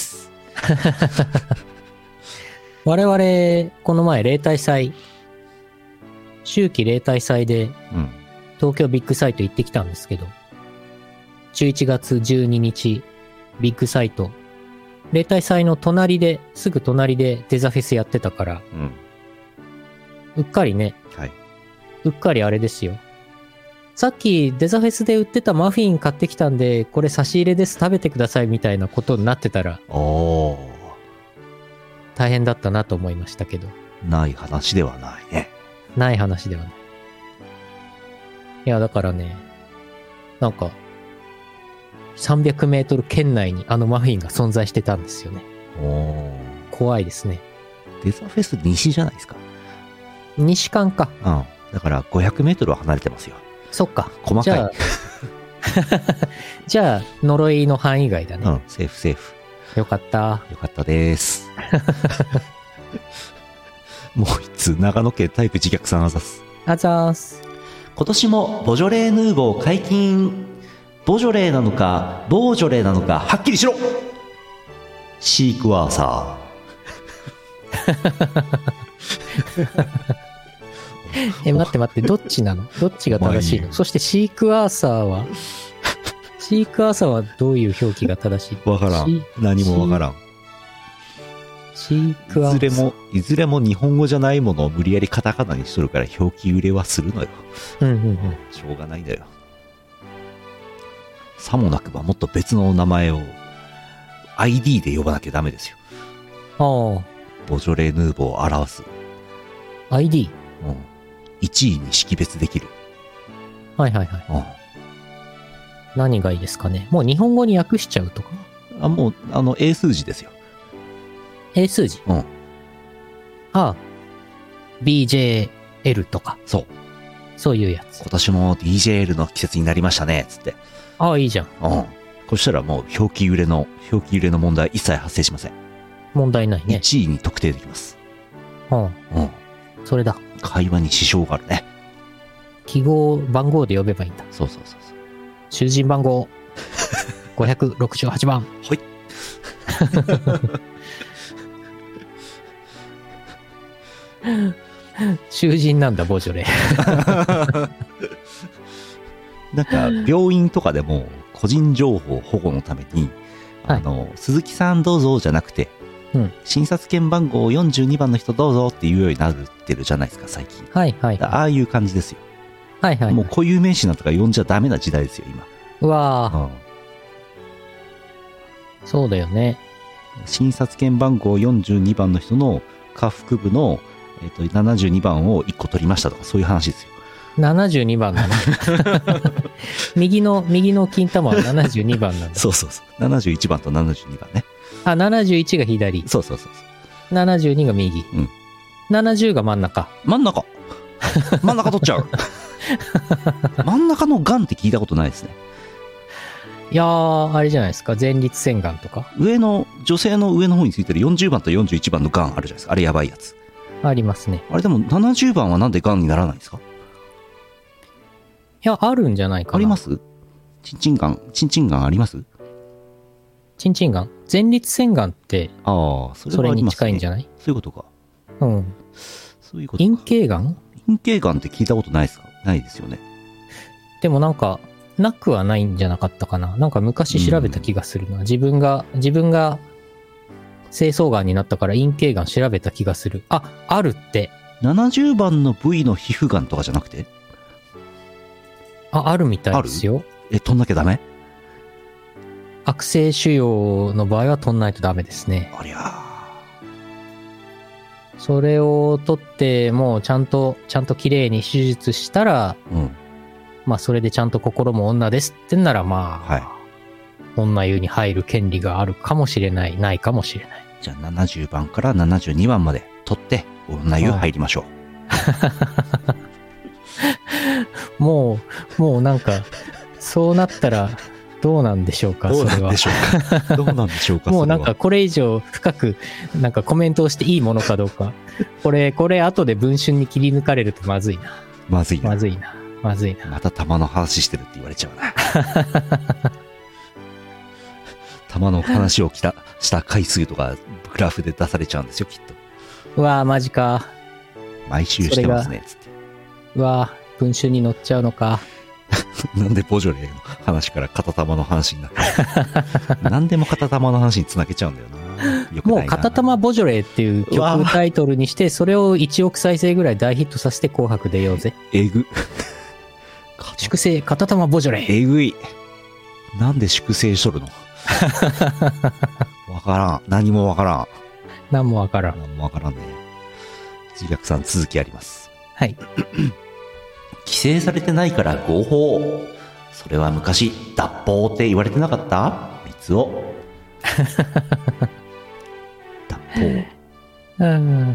我々、この前、例大祭、秋季例大祭でうん。 東京ビッグサイト行ってきたんですけど、じゅういちがつじゅうににち、ビッグサイト、例大祭の隣で、すぐ隣でデザフェスやってたから、 うん。 うっかりね、 はい。 うっかりあれですよ。さっきデザフェスで売ってたマフィン買ってきたんで、これ差し入れです、食べてくださいみたいなことになってたら、 おー。 大変だったなと思いましたけど、 ない話ではないね。 ない話ではない。いや、だからね、なんか、さんびゃくメートル圏内にあのマフィンが存在してたんですよね。 おー。 怖いですね。 デザフェス西じゃないですか。 西館か。 うん。だからごひゃくメートルは離れてますよ。 そっか。 細かい。 じゃあ、じゃあ、呪いの範囲外だね。 うん、セーフセーフ。 よかった。 よかったです。もう一通、長野県体育自虐さんあざす。 あざーす。 今年もボジョレーヌーボー解禁。ボジョレーなのか、ボージョレーなのか、はっきりしろ。シークワーサえ、待って待って、どっちなのどっちが正しいまあいいよのそしてシークアーサーは、シークアーサーはどういう表記が正しいー。わからシん。何もわからん。 シークアーサー。 いずれも、いずれも日本語じゃないものを無理やりカタカナにしとるから表記揺れはするのよ。 うんうんうん。 しょうがないんだよ。さもなくばもっと別の名前を アイディー で呼ばなきゃダメですよ。 あボジョレ・ヌーボーを表す。 あ、アイディー。 うん。いちいに識別できる。 はいはいはい。 うん。 何がいいですかね。もう日本語に訳しちゃうとか。 あ、もう、あの、英数字ですよ。 英数字。 うん。 ああ。ビージェーエル とか。 そう。 そういうやつ。 今年も ディージェーエル の季節になりましたね、つって。 ああ、いいじゃん。 うん。そしたらもう表記揺れの、表記揺れの問題一切発生しません。 問題ないね。 いちいに特定できます。 うん。 うん。 それだ。 会話に支障があるね。 記号、番号で呼べばいいんだ。 そうそうそうそう。 囚人番号。ごひゃくろくじゅうはちばん。 はい。 囚人なんだ、ボジョレ。 なんか、病院とかでも、個人情報保護のために、あの、鈴木さんどうぞじゃなくて、 うん診察券番号よんじゅうにばんの人どうぞっていうようになってるじゃないですか、最近。 はいはい。 ああいう感じですよ。 はいはい。 もう固有名詞なんとか呼んじゃダメな時代ですよ、今。 うわうんあ、そうだよね。 診察券番号よんじゅうにばんの人の下腹部の、えー、とななじゅうにばんをいっこ取りましたとか、そういう話ですよ。 ななじゅうにばんなの右の、右の金玉はななじゅうにばんなんだ。 そうそうそう。ななじゅういちばんとななじゅうにばんね。 あ、ななじゅういちが左。 そうそうそうそう。 ななじゅうにが右。 うん。 ななじゅうが真ん中。 真ん中真ん中取っちゃう真ん中のガンって聞いたことないですね。 いやー、あれじゃないですか。前立腺がんとか。 上の、女性の上の方についてるよんじゅうばんとよんじゅういちばんのガンあるじゃないですか。あれやばいやつ。 ありますね。 あれでもななじゅうばんはなんでガンにならないんですか？ いや、あるんじゃないかな。 あります？チンチンガン、チンチンガンあります？ チンチンガン前立腺がんって、 ああ、それそれにはありますね。 近いんじゃない？ そういうことか。 うん。 そういうことか。 陰茎がん？ 陰茎ガンって聞いたことないですか？ないですよね。 でもなんか、なくはないんじゃなかったかな。なんか昔調べた気がするな。自分が、自分が、精巣がんになったから陰茎がん調べた気がする。あ、あるって。 ななじゅうばんの部位の皮膚がんとかじゃなくて？ あ、あるみたいですよ。 え、取んなきゃダメ？ 悪性腫瘍の場合は取んないとダメですね。 ありゃそれを取ってもうちゃんとちゃんと綺麗に手術したら、 ー。うん。 まあそれでちゃんと心も女ですってんならまあ、 はい。 女湯に入る権利があるかもしれない、ないかもしれない。 じゃあななじゅうばんからななじゅうにばんまで取って女湯入りましょう。 もうもうなんかそうなったらどうなんでしょうか。 どうそれはなんでしょうか。どうなんでしょうか。 もうなんかそれはこれ以上深くなんかコメントをしていいものかどうか。これこれ後で文春に切り抜かれるとまずいな。 まずいな。 まずいな。まずいな。 また玉の話してるって言われちゃうな。玉の話をきたした回数とかグラフで出されちゃうんですよ、きっと。 うわぁ、マジか。 毎週してますね、つって。 うわぁ、文春に載っちゃうのか。 なんでボジョレーの話から片玉の話になったの？何でも片玉の話につなげちゃうんだよな。よくないな。 もう片玉ボジョレーっていううわ曲タイトルにして、それをいちおく再生ぐらい大ヒットさせて紅白出ようぜ。 えぐ。 粛清片玉ボジョレー。 えぐい。なんで粛清しとるの？わからん。何もわからん。 なんもわからん。 何もわからんね。自虐さん続きあります。 はい。 規制されてないから合法。それは昔脱法って言われてなかった？三つを。脱法。 うん。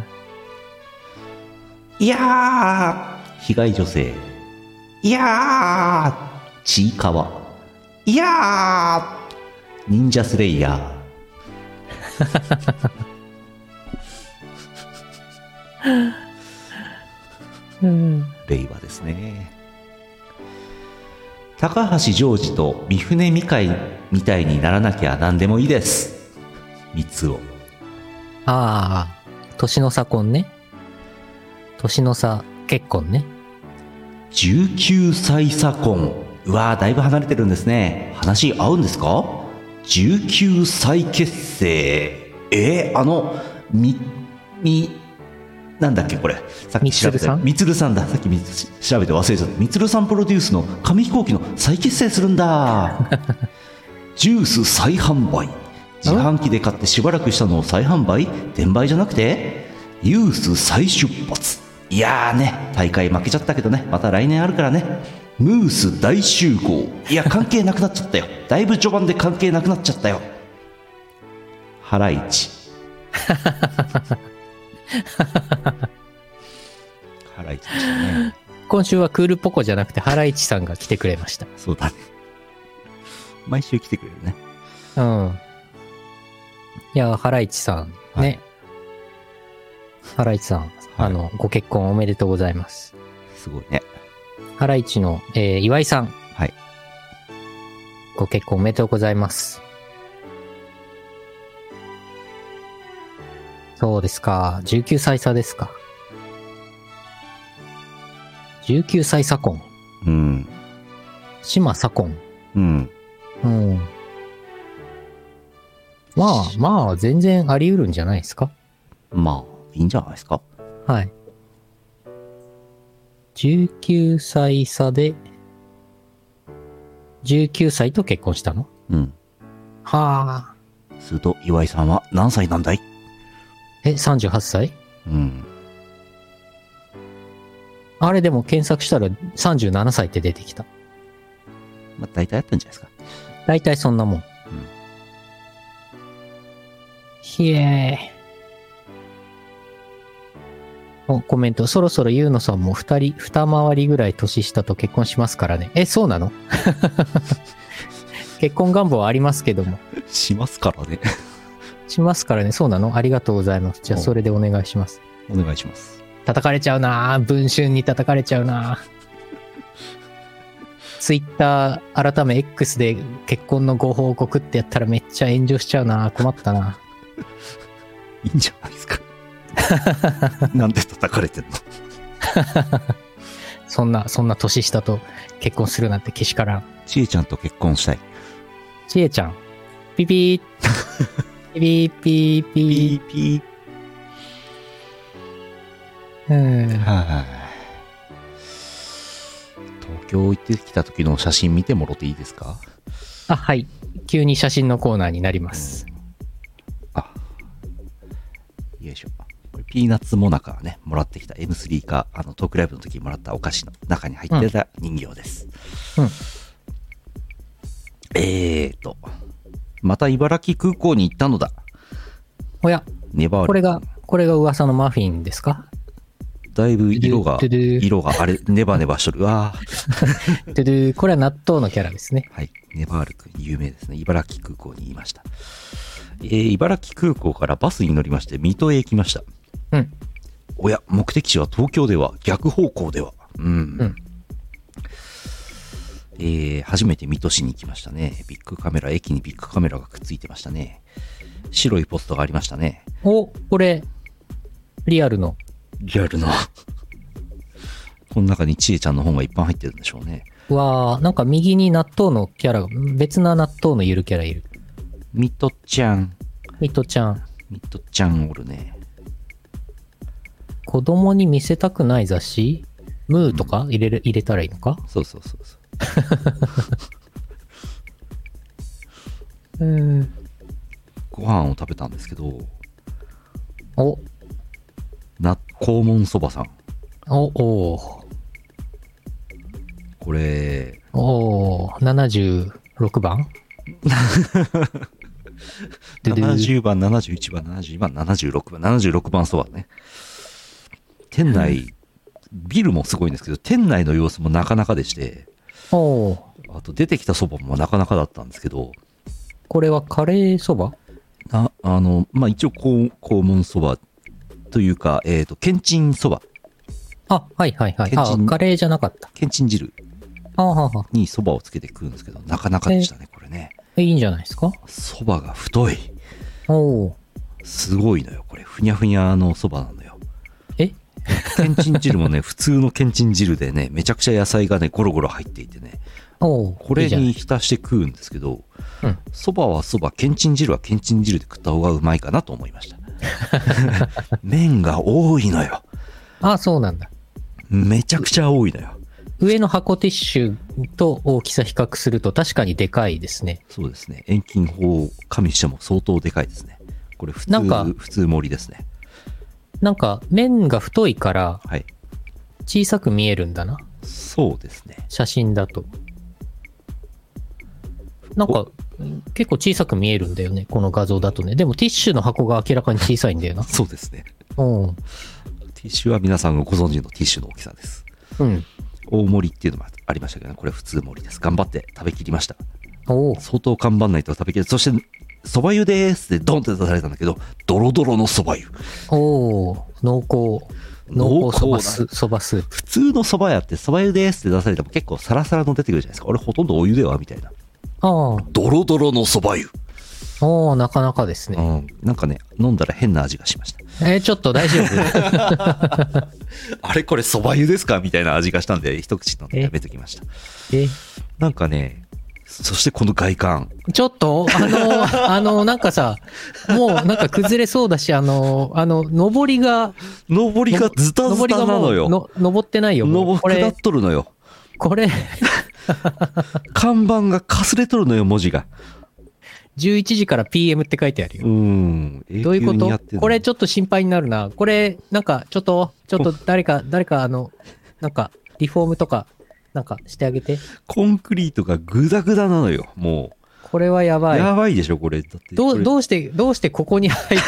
いやー、被害女性。いやー、ちいかわ。いやー、忍者スレイヤー。 うん。 令和ですね。高橋ジョージと三船美海みたいにならなきゃ何でもいいです。三つを。 ああ、年の差婚ね。年の差結婚ね。 じゅうきゅうさい差婚。うわー、だいぶ離れてるんですね。話合うんですか？じゅうきゅうさい結成。えー、あの、み、み、なんだっけこれ。さっき調べた。みつるさんだ。さっきみ調べて忘れちゃった。みつるさんプロデュースの紙飛行機の再結成するんだ。ジュース再販売。自販機で買ってしばらくしたのを再販売？転売じゃなくてユース再出発。いやーね、大会負けちゃったけどね、また来年あるからね。ムース大集合。いや、関係なくなっちゃったよ。だいぶ序盤で関係なくなっちゃったよ。ハライチ。ハライチでしたね。 今週はクールポコじゃなくてハライチさんが来てくれました。 そうだね。毎週来てくれるね。 うん。いや、ハライチさんね。 はい、 ハライチさん、はい、あの、ご結婚おめでとうございます。 すごいね。 ハライチの、えー、岩井さん。 はい。 ご結婚おめでとうございます。そうですか。じゅうきゅうさい差ですか。じゅうきゅうさい差婚。 うん。 島差婚。 うん。 うん。まあ、まあ、全然あり得るんじゃないですか。 まあ、いいんじゃないですか。 はい。じゅうきゅうさい差で、じゅうきゅうさいと結婚したの？ うん。 はあ。 すると、岩井さんは何歳なんだい？ え、さんじゅうはっさい？ うん。 あれでも検索したらさんじゅうななさいって出てきた。 まあ、大体あったんじゃないですか。 大体そんなもん。うん、ひえー。お、コメント。そろそろゆうのさんも二人、二回りぐらい年下と結婚しますからね。え、そうなの？結婚願望はありますけども。 しますからね。 しますからね。そうなの？ありがとうございます。じゃあそれでお願いします。 お願いします。 叩かれちゃうなぁ。文春に叩かれちゃうなぁ。ツイッター改め X で結婚のご報告ってやったらめっちゃ炎上しちゃうなぁ。困ったな。 いいんじゃないですか。なんで叩かれてんの？ そんな、そんな年下と結婚するなんてけしからん。 ちえちゃんと結婚したい。 ちえちゃん。ピピー。ピピーピーピー。 ピーピー。 うん。 はい、あ。東京行ってきた時の写真見てもろていいですか？ あ、はい。急に写真のコーナーになります。うん、 あ。よいしょ。これピーナッツモナカがね、もらってきた エムスリー か、あの、トークライブの時にもらったお菓子の中に入ってた人形です。うん。うん、えーと、また茨城空港に行ったのだ。 おや、 ネバール。 これが、これが噂のマフィンですか？ だいぶ色が、色があれ、ネバネバしとる。わー。 ドゥドゥ、これは納豆のキャラですね。 はい。ネバール君有名ですね。茨城空港にいました。えー、茨城空港からバスに乗りまして水戸へ行きました。 うん。 おや、目的地は東京では、逆方向では。うん。うん、えー、初めて水戸市に行きましたね。ビッグカメラ、駅にビッグカメラがくっついてましたね。白いポストがありましたね。 お、これ、リアルの。 リアルの。この中にちえちゃんの本がいっぱい入ってるんでしょうね。 わー、なんか右に納豆のキャラが、別な納豆のゆるキャラいる。 ミトちゃん。 ミトちゃん。 ミトちゃんおるね。 子供に見せたくない雑誌ムーとか入れる、うん、入れたらいいのか？ そうそうそうそう。うん。ご飯を食べたんですけど。 お。 な、黄門そばさん。 お、お。 これ。 おー、ななじゅうろくばんななじゅうばん、ななじゅういちばん、ななじゅうにばん、ななじゅうろくばん、ななじゅうろくばんそばね。店内、うん、ビルもすごいんですけど、店内の様子もなかなかでして、 おあと出てきたそばもなかなかだったんですけど、 これはカレーそば？ あ、あの、まあ、一応黄門そばというか、えっと、けんちんそば。 あ、はいはいはい。あ、カレーじゃなかった。 けんちん汁にそばをつけて食うんですけど、なかなかでしたね、これね。 え、いいんじゃないですか？ そばが太い。 おー。 すごいのよ、これ。ふにゃふにゃのそばなのよ。 え？ けんちん汁もね、普通のけんちん汁でね、めちゃくちゃ野菜がね、ゴロゴロ入っていてね。 おー。 これに浸して食うんですけど、そばはそば、けんちん汁はけんちん汁で食った方がうまいかなと思いました。麺が多いのよ。 あ、そうなんだ。 めちゃくちゃ多いのよ。 上の箱ティッシュと大きさ比較すると確かにでかいですね。 そうですね。遠近法加味しても相当でかいですね。これ普通、なんか普通盛りですね。 なんか麺が太いから小さく見えるんだな。 はい、そうですね。 写真だと。なんか結構小さく見えるんだよね、この画像だとね。でもティッシュの箱が明らかに小さいんだよな。 そうですね。 うん。 ティッシュは皆さんがご存知のティッシュの大きさです。 うん。 大盛りっていうのもありましたけどね、これ普通盛りです。頑張って食べきりました。 お相当頑張んないと食べきれず、そして蕎麦湯でーすってドンって出されたんだけど、ドロドロの蕎麦湯。 おー、濃厚。濃厚蕎麦ス蕎麦スープ。 普通の蕎麦屋って蕎麦湯でーすって出されても結構サラサラの出てくるじゃないですか。俺ほとんどお湯ではみたいな。 ああ。 ドロドロの蕎麦湯。 おー、なかなかですね。 うん。なんかね、飲んだら変な味がしました。 えー、ちょっと大丈夫あれこれ蕎麦湯ですかみたいな味がしたんで、一口飲んでやめときました。 えなんかね、そしてこの外観。 ちょっとあの、あの、なんかさ、もうなんか崩れそうだし、あの、あの、上りが、 上りがズタズタなのよ。 の上ってないよ。 上下っとるのよ。 これ。 看板がかすれとるのよ、文字が。 じゅういちじから ピーエム って書いてあるうよ。 ん。 どういうこ永久にやってんのとこれちょっと心配になるな。これ、なんか、ちょっと、ちょっと誰か、誰か、あの、なんか、リフォームとか、なんかしてあげて。 コンクリートがグダグダなのよ、もこれはやう。 ばい。 やばいでしょ、これ。だってどう、 これどうして、どうしてここに入る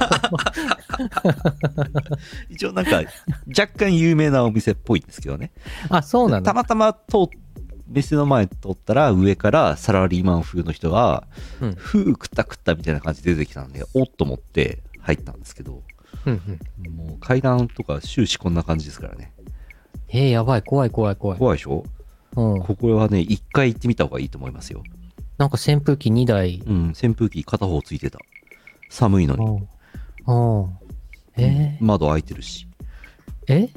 一応なんか、若干有名なお店っぽいんですけどね。 あ、そうなのたまたま通っ店の前通ったら、上からサラリーマン風の人が、 うんふう食った食ったみたいな感じで出てきたんで、おっと思って入ったんですけど、 うんうん。 もう階段とか終始こんな感じですからね。 えー、やばい、怖い、怖い、怖い。 怖いでしょ？ うん。 ここはね、一回行ってみた方がいいと思いますよ。 なんか扇風機にだい。 うん、扇風機片方ついてた。寒いのに。 うん。うん。えー、 窓開いてるし。 え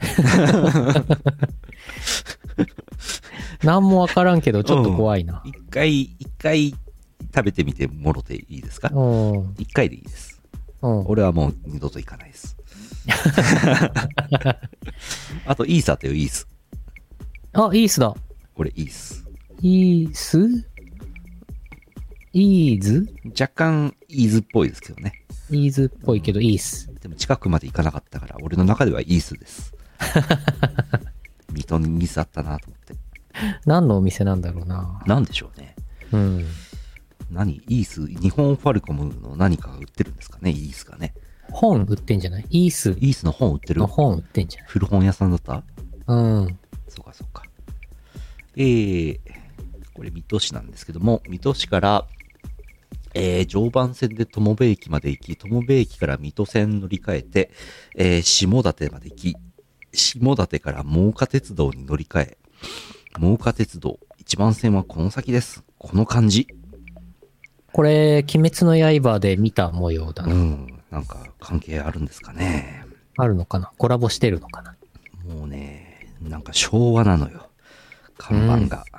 なんもわからんけど、ちょっと怖いな。 一回、一回食べてみてもろていいですか？ うん。 一回でいいです。 うん。 俺はもう二度と行かないです。あと、イーサっていうイース。 あ、イースだ。 これイース。 イースイーズ若干イーズっぽいですけどね。 イーズっぽいけど、イース。 でも近くまで行かなかったから、俺の中ではイースです。水戸にイースあったなと思って。 何のお店なんだろうな。 なんでしょうね。 うん。 何イース、日本ファルコムの何かが売ってるんですかね、イースがね。 本売ってんじゃない？イースイースの本売ってるの本売ってんじゃない？ 古本屋さんだった？ うん。 そうかそうか。えー、これ水戸市なんですけども、水戸市から、えー、常磐線で友部駅まで行き、友部駅から水戸線乗り換えて、えー、下館まで行き、下館から真岡鉄道に乗り換え、真岡鉄道、一番線はこの先です。この感じ。 これ、鬼滅の刃で見た模様だな。 うん、なんか関係あるんですかね。 あるのかな？コラボしてるのかな？ もうね、なんか昭和なのよ。看板が。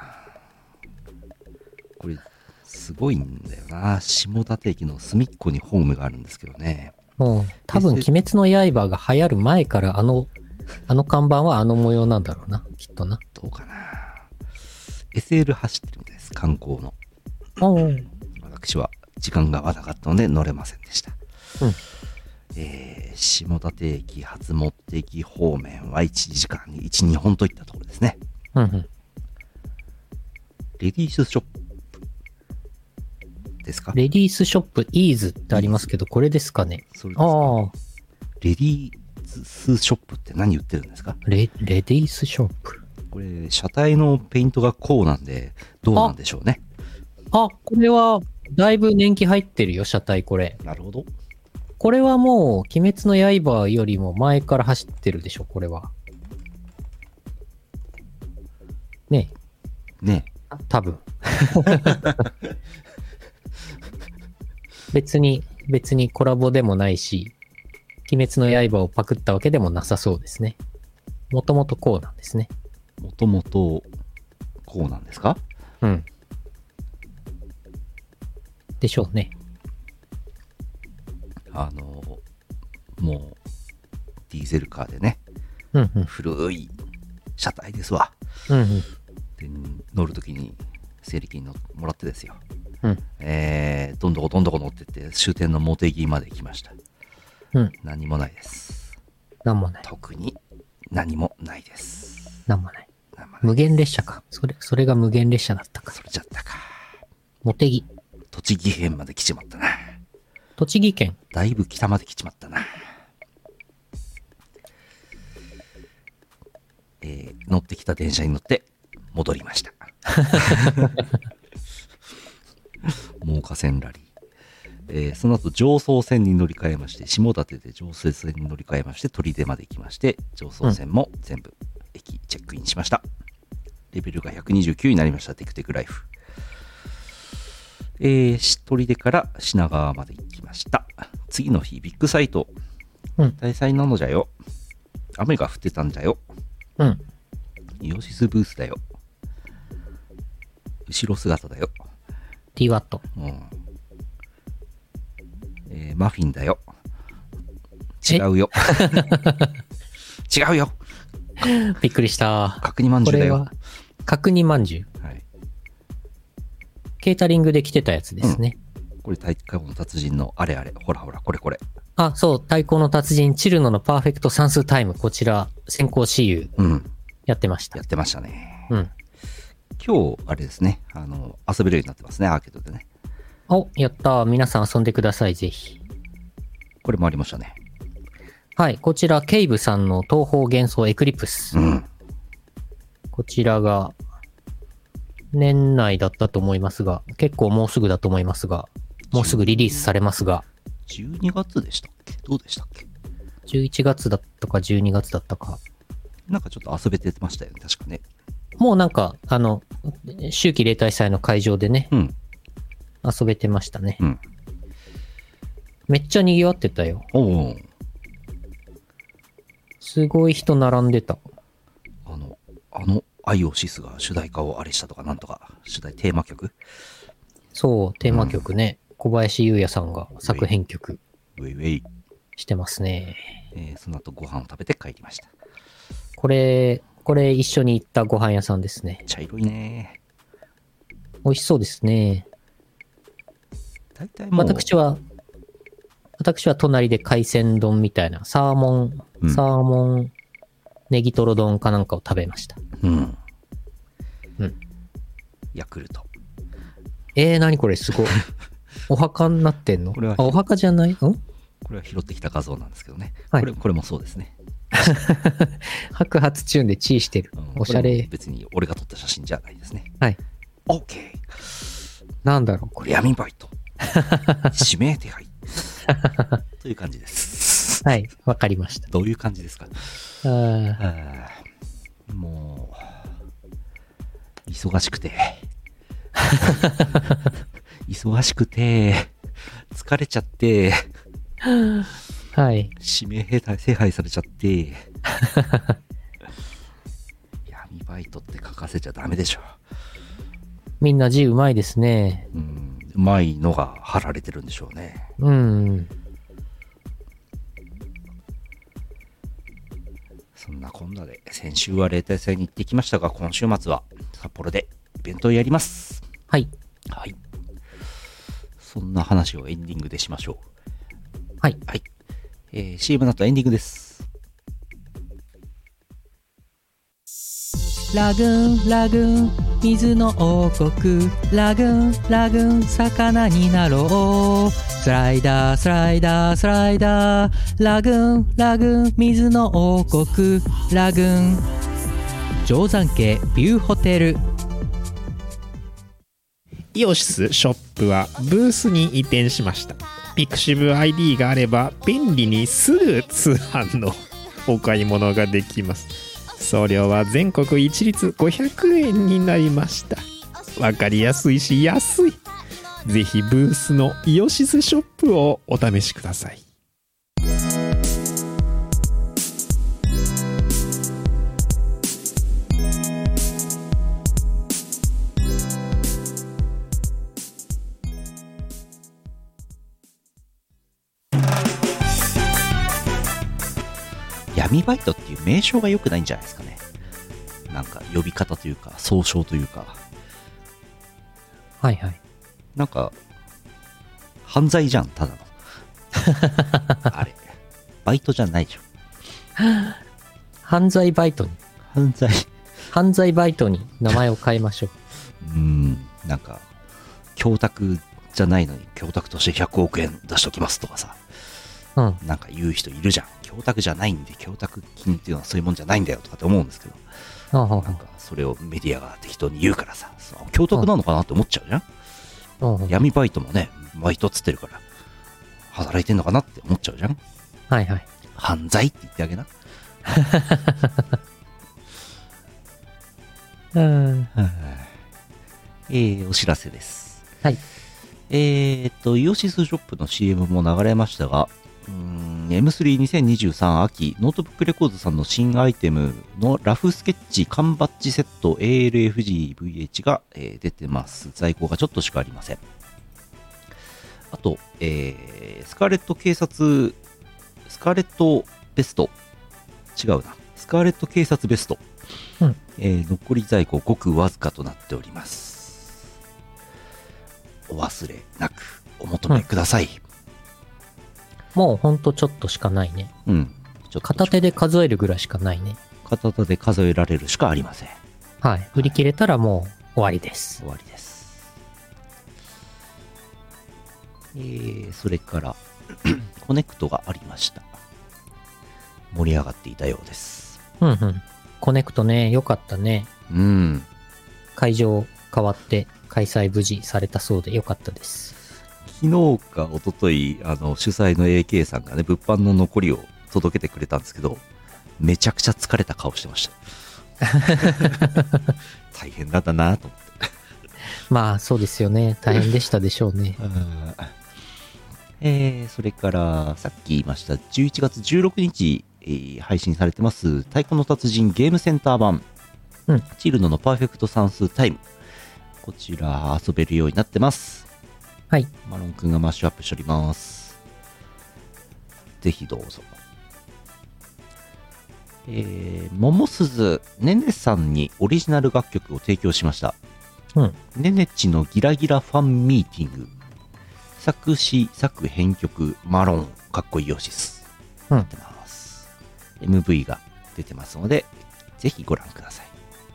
これ、すごいんだよな。下館駅の隅っこにホームがあるんですけどね。 もう、多分、鬼滅の刃が流行る前からあの、あの看板はあの模様なんだろうな。きっとな。 どうかな。エスエル 走ってるみたいです。観光の。 うん。 私は時間が合わなかったので乗れませんでした。 うん。 えー、下館駅、初持って駅方面はいちじかんにいち、にほんといったところですね。 うんうん。 レディースショップですか？ レディースショップイーズってありますけど、これですかね。 それですか？ ああ。 レディースショップって何売ってるんですか？ レ、レディースショップ。 これ、車体のペイントがこうなんで、どうなんでしょうね。 あ、これは、だいぶ年季入ってるよ、車体これ。 なるほど。 これはもう、鬼滅の刃よりも前から走ってるでしょ、これは。ねえ。 ね多分。別に、別にコラボでもないし、鬼滅の刃をパクったわけでもなさそうですね。もともとこうなんですね。 もともと、こうなんですか？ うん。でしょうね。 あの、もう、ディーゼルカーでね、 うんうん。 古い車体ですわ。 うんうん。 で、乗るときに、整理券のもらってですよ。 うん。 えー、どんどこどんどこ乗ってって終点の茂木まで来ました。 うん。 何もないです。 なんもない。 特に何もないです。 なんもない。 何もない。 無限列車か。それ、それが無限列車だったか。 それじゃったか。 茂木。 栃木県まで来ちまったな。 栃木県。 だいぶ北まで来ちまったな。えー、乗ってきた電車に乗って戻りました。真岡線ラリー。えー、その後常総線に乗り換えまして、下館で常総線に乗り換えまして、取手まで行きまして、常総線も全部駅チェックインしました。レベルがひゃくにじゅうきゅうになりました。テクテクライフ。えー、取手から品川まで行きました。次の日、ビッグサイト。 うん大祭なのじゃよ。雨が降ってたんじゃよ。 うん。 イオシスブースだよ。後ろ姿だよ。 ティーワット。 うん。えー、マフィンだよ。 え違うよ。違うよ。 びっくりした。 角煮まんじゅうだよ。 これは、角煮まんじゅう。 はい。 ケータリングで来てたやつですね。 これ太鼓の達人のあれあれ、ほらほら、これこれ。 あ、そう、太鼓の達人、チルノのパーフェクト算数タイム、こちら、先行 シーユーうん。 やってました。 やってましたね。 うん。 今日、あれですね、あの、遊べるようになってますね、アーケードでね。 お、やったー。皆さん遊んでください、ぜひ。 これもありましたね。 はい、こちら、ケイブさんの東方幻想エクリプス。 うん。 こちらが、年内だったと思いますが、結構もうすぐだと思いますが、もうすぐリリースされますが、 じゅうにがつでしたっけ？どうでしたっけ？ じゅういちがつだったかじゅうにがつだったか。 なんかちょっと遊べてましたよね、確かね。 もうなんか、あの、秋季例大祭の会場でね、 うん。 遊べてましたね。 うん。 めっちゃ賑わってたよ。 おお。 すごい人並んでた。 あの、あの、アイオシスが主題歌をあれしたとかなんとか、主題テーマ曲そう、テーマ曲ね、小林優也さんが作編曲ウェイウェイ。 してますね。 えー、その後ご飯を食べて帰りました。 これ、これ一緒に行ったご飯屋さんですね。 茶色いね。 美味しそうですね。 大体もう、 私は、私は隣で海鮮丼みたいな、サーモン、 うんサーモン、ネギトロ丼かなんかを食べました。 うん。 うん。 ヤクルト。 えー、何これすごい。お墓になってんの？ これはあ、お墓じゃない？ん？ これは拾ってきた画像なんですけどね。 はいこれ、これもそうですね。 白髪チューンでチーしてるうん。 おしゃれこれも。別に俺が撮った写真じゃないですね。 はい。 OK。 なんだろう、これ。 闇バイト。指名手配。という感じです。 はい、わかりました。 どういう感じですか？ あーあーもう、忙しくて。忙しくて、疲れちゃって、 はい。 指名手配されちゃって、闇バイトって書かせちゃダメでしょ。 みんな字うまいですね。 うん、うまいのが貼られてるんでしょうね。 うん。 そんなこんなで、先週は例大祭に行ってきましたが、今週末は札幌でイベントをやります。 はい。 はい。そんな話をエンディングでしましょう。 はい。 はい。えー、シーエム の後エンディングです。 ラグーンラグーン水の王国ラグーンラグーン魚になろうスライダースライダースライダーラグーンラグーン水の王国ラグーン定山渓ビューホテルイオシスショップはブースに移転しました。ピクシブ アイディー があれば便利にすぐ通販のお買い物ができます。送料は全国一律ごひゃくえんになりました。わかりやすいし安い。ぜひブースのイオシスショップをお試しください。 闇バイトっていう名称が良くないんじゃないですかね。なんか呼び方というか、総称というか、 はいはい。 なんか、犯罪じゃん、ただの。あれ。バイトじゃないじゃん。 犯罪バイトに、 犯罪。 犯罪バイトに名前を変えましょう。 うーん、なんか、供託じゃないのに、供託としてひゃくおくえん出しときますとかさ、 うん。 なんか言う人いるじゃん。供託じゃないんで、供託金っていうのはそういうもんじゃないんだよとかって思うんですけど、 ああ、 なんかそれをメディアが適当に言うからさ、その供託なのかなって思っちゃうじゃん。 うんうん。 闇バイトもね、バイトっつってるから、働いてんのかなって思っちゃうじゃん。 はいはい。 犯罪って言ってあげな。 うん。 えー、お知らせです。 はい。 えーっと、イオシスショップの シーエム も流れましたが、うーん エムスリーにせんにじゅうさん 秋、ノートブックレコードさんの新アイテムのラフスケッチ缶バッジセット エーエルエフジーブイエイチ が、えー出てます。在庫がちょっとしかありません。あと、えー、スカーレット警察、スカーレットベスト、違うな。スカーレット警察ベスト、 うんえー残り在庫ごくわずかとなっております。お忘れなく、 お求めください。 もうほんとちょっとしかないね。 うん。ちょっと片手で数えるぐらいしかないね。 片手で数えられるしかありません。 はい。売り切れたらもう終わりです。 終わりです。えー、それからコネクトがありました。盛り上がっていたようです。 うんうん。コネクトね、良かったね。 うん。 会場変わって開催無事されたそうで良かったです。 昨日か一昨日あの主催の エーケー さんがね、物販の残りを届けてくれたんですけど、めちゃくちゃ疲れた顔してました。大変だったなと思って。 まあそうですよね。大変でしたでしょうね。 えー、それからさっき言いましたじゅういちがつじゅうろくにち、えー、配信されてます太鼓の達人ゲームセンター版、 うん、 チルノのパーフェクト算数タイム、こちら遊べるようになってます。 はい。 マロンくんがマッシュアップしております。ぜひどうぞ。えー、桃鈴ねねさんにオリジナル楽曲を提供しました。 うん。 ねねっちのギラギラファンミーティング。作詞、作編曲、マロン、かっこいいオシス。 うん。 やってます。エムブイ が出てますので、ぜひご覧ください。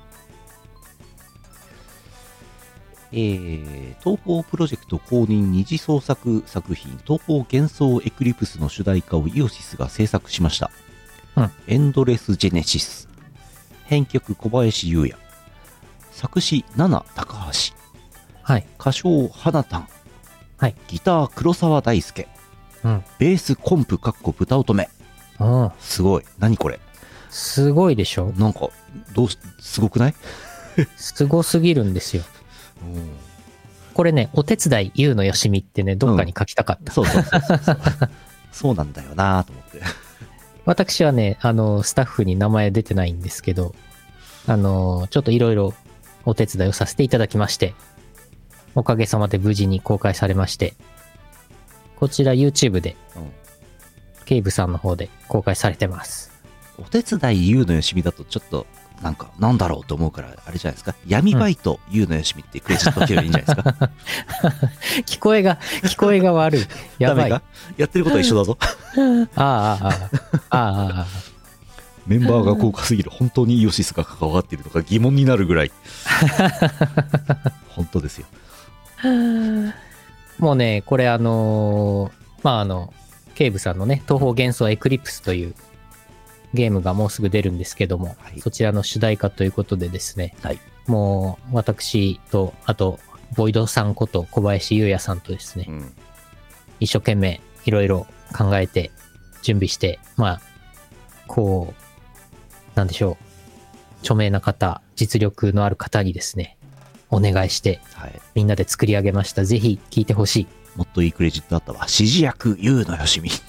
えー、東宝プロジェクト公認二次創作作品、東宝幻想エクリプスの主題歌をイオシスが制作しました。 うん。 エンドレスジェネシス。編曲、小林優也。作詞、ナナ高橋。 はい。 歌唱、花丹。 はい。 ギター、黒沢大輔。 うん。 ベース、コンプ、かっこ豚乙女。 うん。 すごい。何これ。 すごいでしょ。 なんか、どうし、すごくない？ すごすぎるんですよ。これね、お手伝い、ゆうのよしみってね、どっかに書きたかった。 うん、そうそうそうそうそう。そうなんだよなと思って。 私はね、あの、スタッフに名前出てないんですけど、あの、ちょっといろいろお手伝いをさせていただきまして、おかげさまで無事に公開されまして、こちら YouTube で、 うん、 ケイブさんの方で公開されてます。 お手伝いゆうのよしみだとちょっと、なんか、なんだろうと思うから、あれじゃないですか。闇バイト、ゆうのよしみってクレジットつければいいんじゃないですか。 聞こえが、聞こえが悪い。やばい。 やってることは一緒だぞ。 ああ、ああ、ああ、ああ。 メンバーが豪華すぎる。本当にイオシスが関わっているのか疑問になるぐらい。本当ですよ。 もうね、これあのー、まああの、ケイブさんのね、東方幻想エクリプスというゲームがもうすぐ出るんですけども、はい、そちらの主題歌ということでですね、はい、もう私と、あと、ボイドさんこと小林優也さんとですね、うん、一生懸命いろいろ考えて準備して、まあ、こう、なんでしょう、著名な方、実力のある方にですね、お願いして、はい、みんなで作り上げました。ぜひ聴いてほしい。 もっといいクレジットあったわ。指示役、ゆうのよしみ。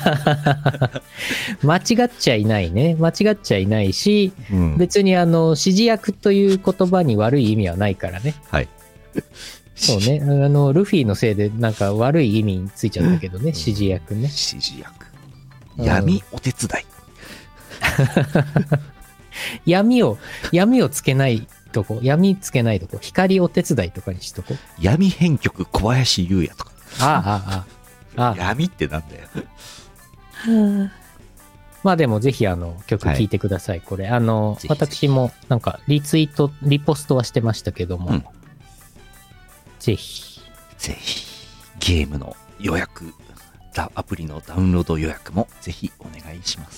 間違っちゃいないね。間違っちゃいないし、うん、別にあの、指示役という言葉に悪い意味はないからね。 はい。 そうね。あの、ルフィのせいでなんか悪い意味についちゃったけどね。うん、指示役ね。 指示役。闇お手伝い。 闇を、闇をつけないとこ、闇つけないとこ、光お手伝いとかにしとこ。 闇編曲小林優也とか。 ああ、ああ、ああ。 闇ってなんだよ。 まあでもぜひあの曲聴いてください。はい、これあのぜひぜひ私もなんかリツイートリポストはしてましたけども、うん、ぜひぜひゲームの予約、アプリのダウンロード予約もぜひお願いします。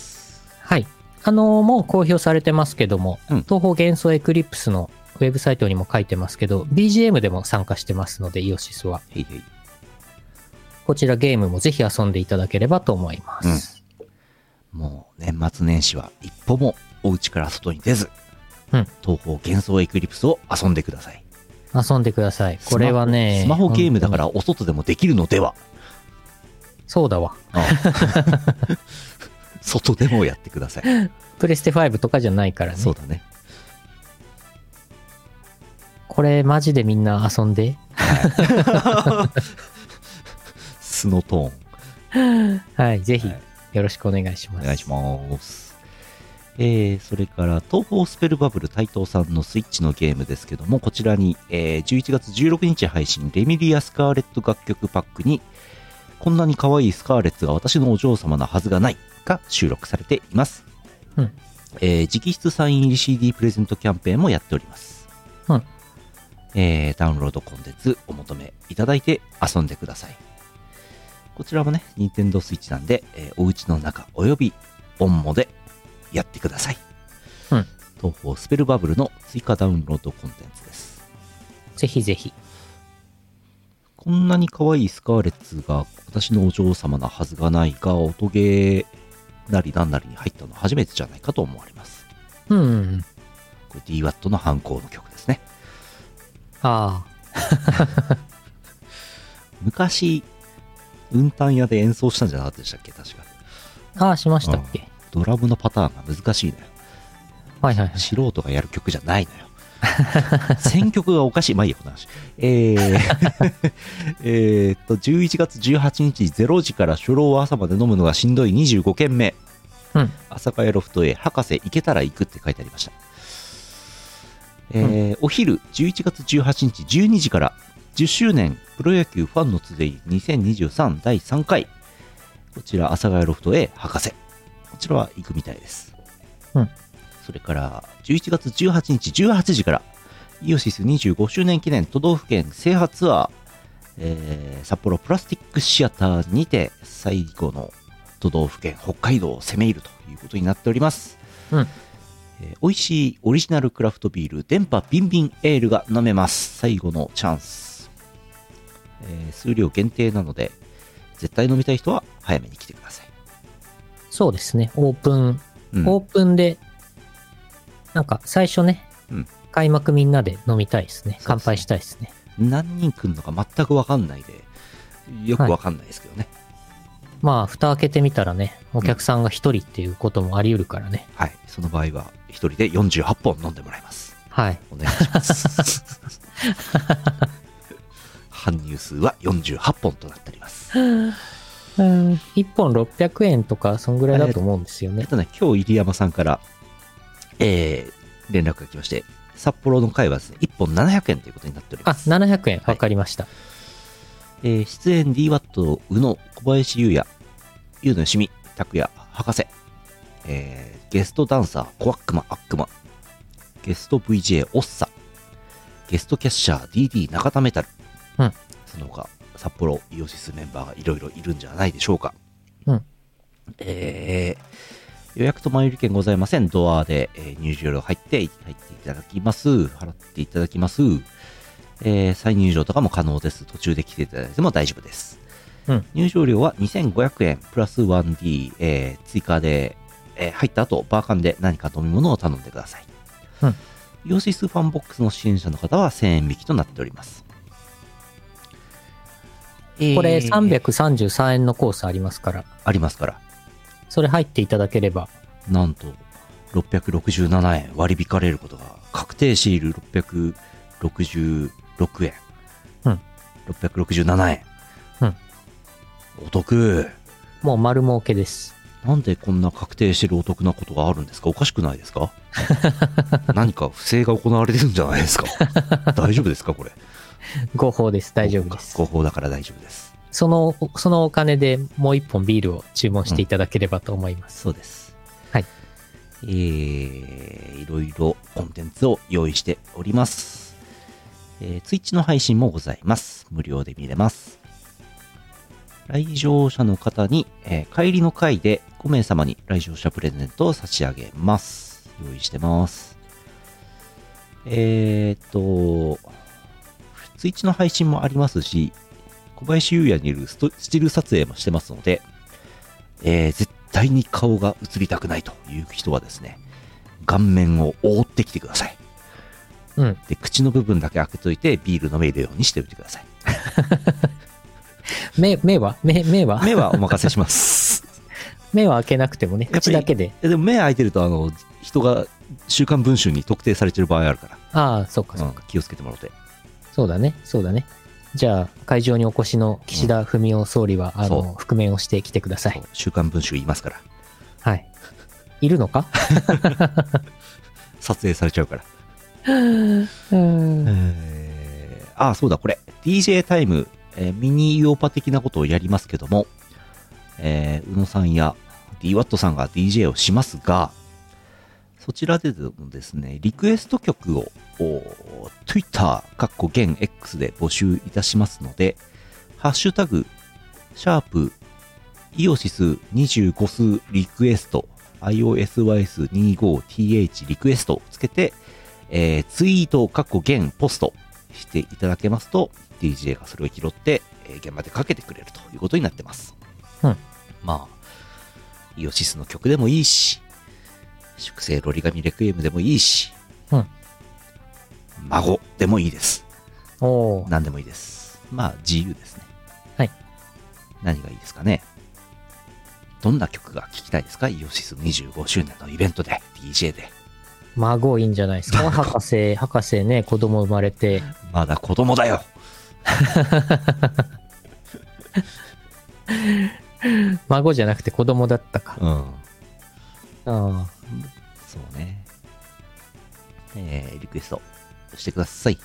はい。あのもう公表されてますけども、うん、東方幻想エクリプスのウェブサイトにも書いてますけど、ビージーエム でも参加してますので、イオシスは。へいへい。こちらゲームもぜひ遊んでいただければと思います。 うん、もう年末年始は一歩もお家から外に出ず、うん、東方幻想エクリプスを遊んでください。 遊んでください。これはね、 スマホゲームだからお外でもできるのでは。 そうだわ。ああ外でもやってください。 プレステファイブとかじゃないからね。 そうだね。 これマジでみんな遊んで。 素のトーン。 はい、ぜひよろしくお願いします。 お願いします。 えー、それから東方スペルバブル台東さんのスイッチのゲームですけども、こちらに、えー、じゅういちがつじゅうろくにち配信レミリア・スカーレット楽曲パックにこんなに可愛いスカーレットが私のお嬢様なはずがないが収録されています。 うん。 えー、直筆サイン入り シーディー プレゼントキャンペーンもやっております。 うん。 えー、ダウンロードコンテンツお求めいただいて遊んでください。こちらもね、ニンテンドースイッチなんで、えー、お家の中およびオンモでやってください。 うん。 東方スペルバブルの追加ダウンロードコンテンツです。 ぜひぜひ。 こんなに可愛いスカーレッツが私のお嬢様なはずがないが、音ゲーなりなんなりに入ったの初めてじゃないかと思われます。 うんうんうん。 これ ディーワット の犯行の曲ですね。 ああ。 昔、運搬屋で演奏したんじゃなかったでしたっけ、確か。 ああ、しましたっけ。 ドラムのパターンが難しいのよ。 はいはいはい。 素人がやる曲じゃないのよ。選曲がおかしい。まあいいよ、この話。えー、えーっと、じゅういちがつじゅうはちにちれいじから初老を朝まで飲むのがしんどいにじゅうごけんめ。 うん。 阿佐ヶ谷ロフトへ博士行けたら行くって書いてありました。えーうん、お昼じゅういちがつじゅうはちにちじゅうにじからじゅっしゅうねんプロ野球ファンの集いにせんにじゅうさんだいさんかい。こちら阿佐ヶ谷ロフトへ博士。こちらは行くみたいです。 うん。 それからじゅういちがつじゅうはちにちじゅうはちじからイオシスにじゅうごしゅうねん記念都道府県制覇ツアー、えー、札幌プラスティックシアターにて最後の都道府県北海道を攻め入るということになっております。 うん。 えー、美味しいオリジナルクラフトビール電波ビンビンエールが飲めます。最後のチャンス、えー、数量限定なので絶対飲みたい人は早めに来てください。 そうですね。オープン、 うん、 オープンでなんか最初ね、 うん、 開幕みんなで飲みたいですね。乾杯したいですね。 何人来るのか全く分かんないでよく分かんないですけどね、はい、 まあ蓋開けてみたらね、お客さんが一人っていうこともあり得るからね、 うん、はい、その場合は一人でよんじゅうはっぽん飲んでもらいます。 はい、 お願いします搬入数はよんじゅうはっぽんとなっておりますうん、いっぽんろっぴゃくえんとかそんぐらいだと思うんですよね。 えっとね、今日入山さんからえー、連絡が来まして、札幌の回はですね、いっぽんななひゃくえんということになっております。 あ、ななひゃくえん、わかりました。 はい、えー、出演 ディーワット、宇野、小林優也、優のよしみ、拓也、博士、えー、ゲストダンサー、コアックマ、アックマ、ゲスト ブイジェー、オッサ、ゲストキャッシャー、ディーディー、中田メタル、 うん、 その他、札幌イオシスメンバーがいろいろいるんじゃないでしょうか。 うん。 えー、予約と前売り券ございません。ドアで、えー、入場料入って、入っていただきます。払っていただきます。えー、再入場とかも可能です。途中で来ていただいても大丈夫です。 うん、 入場料はにせんごひゃくえん、プラス ワンディー、えー、追加で、えー、入った後、バーカンで何か飲み物を頼んでください。 うん。 イオシスファンボックスの支援者の方はせんえん引きとなっております。 これさんびゃくさんじゅうさんえんのコースありますから。 ありますから。 それ入っていただければ。 なんと、ろっぴゃくろくじゅうななえん割り引かれることが、確定シールろっぴゃくろくじゅうろくえん。 うん。 ろっぴゃくろくじゅうななえん。 うん。 お得。 もう丸儲けです。 なんでこんな確定してるお得なことがあるんですか？おかしくないですか？何か不正が行われてるんじゃないですか？大丈夫ですかこれ？ 合法です。大丈夫です。 合法だから大丈夫です。 その、そのお金でもう一本ビールを注文していただければと思います。 うん、そうです。 はい。 えー、いろいろコンテンツを用意しております。えー、Twitch の配信もございます。無料で見れます。来場者の方に、えー、帰りの会でごめいさまに来場者プレゼントを差し上げます。用意してます。えーっと、Twitch の配信もありますし、小林優也にいるストスチル撮影もしてますので、えー、絶対に顔が映りたくないという人はですね、顔面を覆ってきてください。 うん。 で、口の部分だけ開けといてビール飲めるようにしておいてください。 目、目は目、目は目はお任せします。 目は開けなくてもね、口だけで。 でも目開いてると、あの、人が週刊文春に特定されてる場合あるから。 ああ、そうかそうか、 うん。気をつけてもらって。 そうだね、そうだね。じゃあ、会場にお越しの岸田文雄総理は、うん、あの、覆面をしてきてください。 週刊文春言いますから。 はい。 いるのか撮影されちゃうから。 うんえー、ああ、そうだ、これ。ディージェー タイム、えーミニイオパ的なことをやりますけども、えー、宇野さんや ディーワット さんが ディージェー をしますが、そちらでもですね、リクエスト曲を、Twitter、かっこ現 X で募集いたしますので、ハッシュタグ、シャープ、イオシスにじゅうご数リクエスト、アイオーエスワイエスにじゅうごティーエイチ リクエストをつけて、えー、ツイート、かっこ現ポストしていただけますと、ディージェー がそれを拾って、えー、現場でかけてくれるということになってます。 うん。 まあ、イオシスの曲でもいいし、粛清ロリガミレクイエムでもいいし、 うん。 孫でもいいです。 おー。 何でもいいです。まあ、自由ですね。 はい。 何がいいですかね。どんな曲が聴きたいですか？イオシスにじゅうごしゅうねんのイベントで、ディージェー で。 孫いいんじゃないですか。博士、博士ね、子供生まれて。 まだ子供だよ。 孫じゃなくて子供だったか。 うん。 ああ。 そうね。えー、リクエストしてください。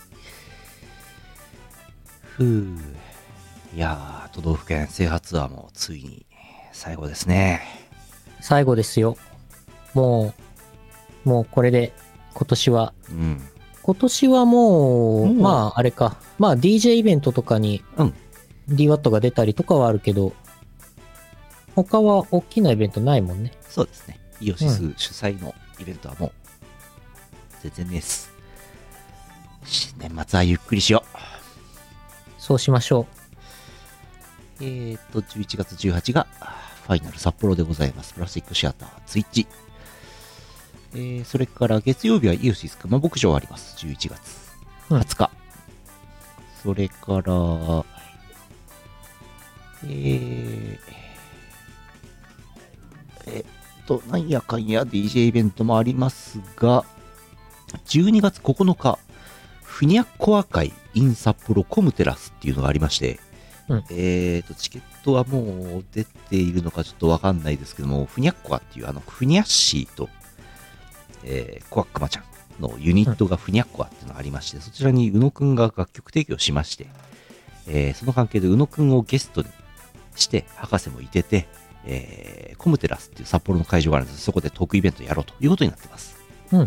ふう。いやー、都道府県制覇ツアーもついに最後ですね。 最後ですよ。もう、もうこれで今年は、 うん。 今年はもう、 もうまああれか。まあ ディージェー イベントとかにうん。 ディーワット が出たりとかはあるけど、他は大きなイベントないもんね。 そうですね。イオシス主催のイベントはもう、全然ねえっす。し年末はゆっくりしよう。 そうしましょえーと、じゅういちがつじゅうはちがファイナル札幌でございます。プラスチックシアターツイッチ。えー、それから月曜日はイオシス熊牧場あります。じゅういちがつはつか。それから、えー、えっと、なんやかんや ディージェー イベントもありますが、じゅうにがつここのか、ふにゃっこア会 in 札幌コムテラスっていうのがありまして、 うん、 えーと、チケットはもう出ているのかちょっとわかんないですけども、ふにゃっこアっていうあの、ふにゃっしーと、えー、コアックマちゃんのユニットがふにゃっこアっていうのがありまして、そちらに宇野くんが楽曲提供しまして、えー、その関係で宇野くんをゲストにして、博士もいてて、えー、コムテラスっていう札幌の会場があるんです。そこでトークイベントやろうということになってます。 う。うん。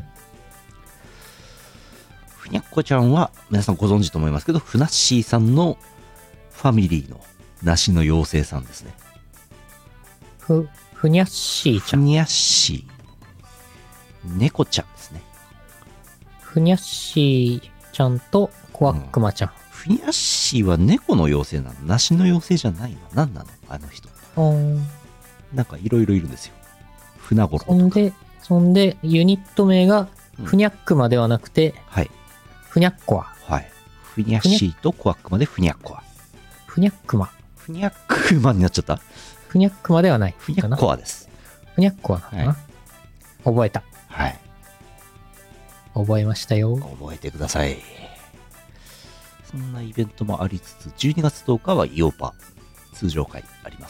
ふにゃっこちゃんは皆さんご存知と思いますけど、ふなっしーさんのファミリーの梨の妖精さんですね。 ふ、ふにゃっしーちゃん。 ふにゃっしー。猫ちゃんですね。 ふにゃっしーちゃんとコアックマちゃん。 ふにゃっしーは猫の妖精なの？梨の妖精じゃないの？何なのあの人。 おー。 なんかいろいろいるんですよ。船頃とか。 そんで、そんで、ユニット名がうんふにゃっくまではなくて、 はい。 ふにゃっこは。 はい。ふにゃっしーとコアックまでふにゃっこは。 ふにゃっくま。 ふにゃっくまになっちゃったふにゃっくまではないふにゃかな。 っこはです。 ふにゃっこはなのかな、 はい覚えた。 はい。 覚えましたよ。 覚えてください。そんなイベントもありつつ、じゅうにがつとおかはイオパ通常会あります。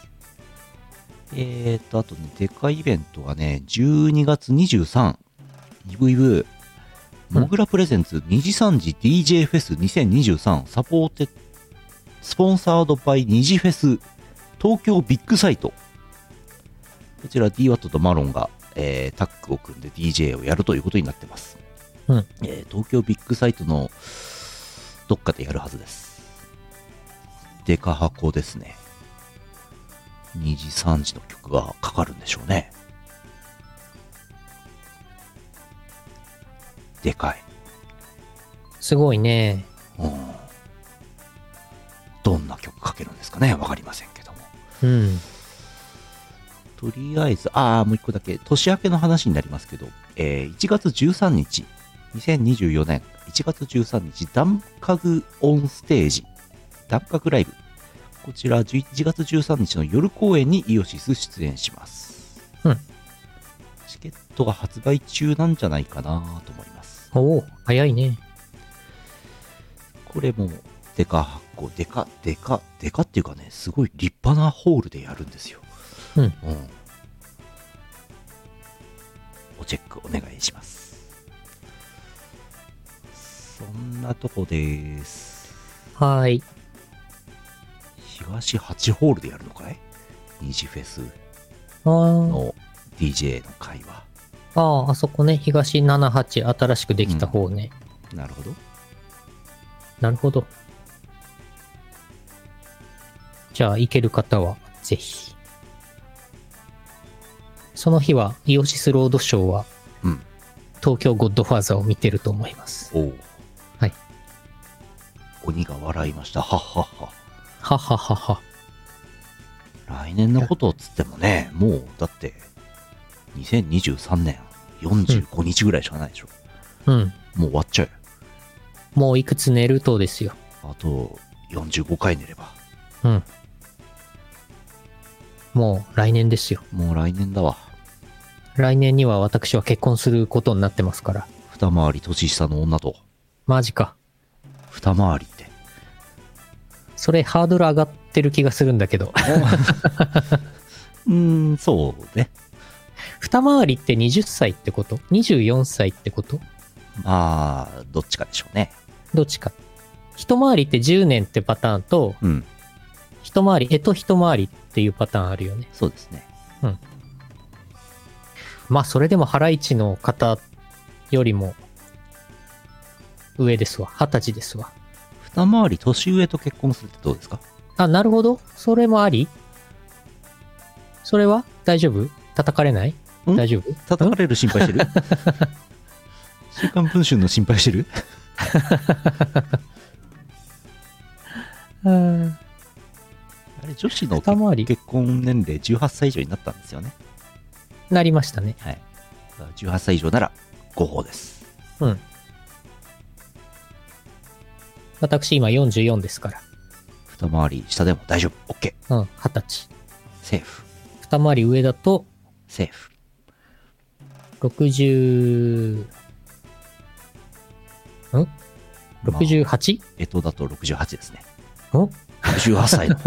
えーと、あとね、でかいイベントがね、じゅうにがつにじゅうさん、イブイブ、モグラプレゼンツにじさんじ ディージェー フェスにせんにじゅうさんサポーテ、スポンサードバイにじフェス東京ビッグサイト。こちら ディーワット とマロンが、えー、タッグを組んで ディージェー をやるということになってます。 うん。 えー東京ビッグサイトのどっかでやるはずです。デカ箱ですね。にじさんじの曲がかかるんでしょうね。でかい。 すごいね。 うんどんな曲かけるんですかね、わかりませんけども。 うん。 とりあえず、ああ、もう一個だけ、年明けの話になりますけど、えーいちがつじゅうさんにち、にせんにじゅうよねんいちがつじゅうさんにち、ダンカグオンステージ、ダンカグライブ。こちら、じゅういちがつじゅうさんにちの夜公演にイオシス出演します。 うん。 チケットが発売中なんじゃないかなと思います。 おお、早いね。 これも、デカ箱、デカ、デカ、デカっていうかね、すごい立派なホールでやるんですよ。 うん。 うん。 おチェックお願いします。そんなとこです。 はーい。 東はちホールでやるのかい？二次フェスあーの ディージェー の会は。 あー、あそこね、東ななはち、新しくできた方ね。 なるほど。 なるほど。じゃあ、行ける方は、ぜひ。その日は、イオシスロードショーは、 うん。 東京ゴッドファーザーを見てると思います。 おう。 はい。 鬼が笑いました。はっはっは。 はははは。 来年のことっつってもね、もう、だって、にせんにじゅうさんねんよんじゅうごにちぐらいしかないでしょ。 うん。 もう終わっちゃうよ。 もういくつ寝るとですよ。 あと、よんじゅうごかい寝れば。 うん。もう来年ですよ。 もう来年だわ。 来年には私は結婚することになってますから。 二回り年下の女と。 マジか。 二回りって。 それハードル上がってる気がするんだけど。 うーん、そうね。 二回りってはたちってこと ?にじゅうよんさいってこと？ まあ、どっちかでしょうね。 どっちか。一回りってじゅうねんってパターンと、 うん。 一回り、えと一回りっていうパターンあるよね。 そうですね。 まあ、それでもハライチの方よりも上ですわ。二十歳ですわ。 二回り年上と結婚するってどうですか？ あ、なるほど。それもあり？それは大丈夫？叩かれない？ ん大丈夫？ 叩かれる心配してる？週刊文春の心配してる？ うんあれ、女子の二回り結婚年齢じゅうはっさい以上になったんですよね。 なりましたね。 はい。じゅうはっさい以上なら合法です。 うん。私今よんじゅうよんですから。 二回り下でも大丈夫。OK。 うん、二十歳。 セーフ。 二回り上だと、 セーフ。 ろくじゅう、ん ?ろくじゅうはち? えとだとろくじゅうはちですね。 んろくじゅうはっさいの。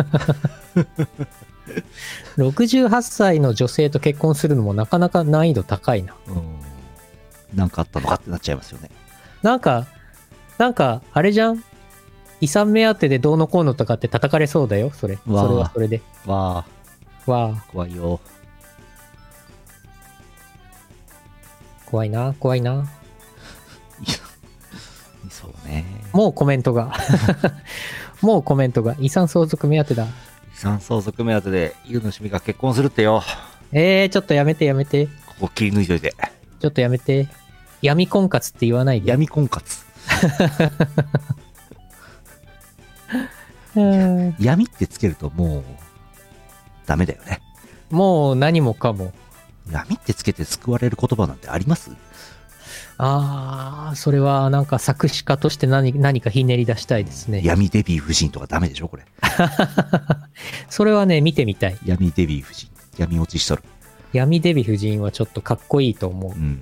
ろくじゅうはっさいの女性と結婚するのもなかなか難易度高いな。 うん。なんかあったのかってなっちゃいますよね。 なんか、なんか、あれじゃん遺産目当てでどうのこうのとかって叩かれそうだよ、それ。それわあはそれで。 わあ、 わあ、 怖いよ。 怖いな、怖いな。 そうね。 もうコメントが。もうコメントが。遺産相続目当てだ。 遺産相続目当てで、ゆうの趣味が結婚するってよ。 えー、ちょっとやめてやめて。 ここ切り抜いといて。 ちょっとやめて。闇婚活って言わないで。 闇婚活。 うん闇ってつけるともう、ダメだよね。 もう何もかも。 闇ってつけて救われる言葉なんてあります？ あー、それはなんか作詞家として何何かひねり出したいですね。 闇デヴィ夫人とかダメでしょこれ。 それはね、見てみたい。 闇デヴィ夫人。闇落ちしとる。 闇デヴィ夫人はちょっとかっこいいと思うう。ん。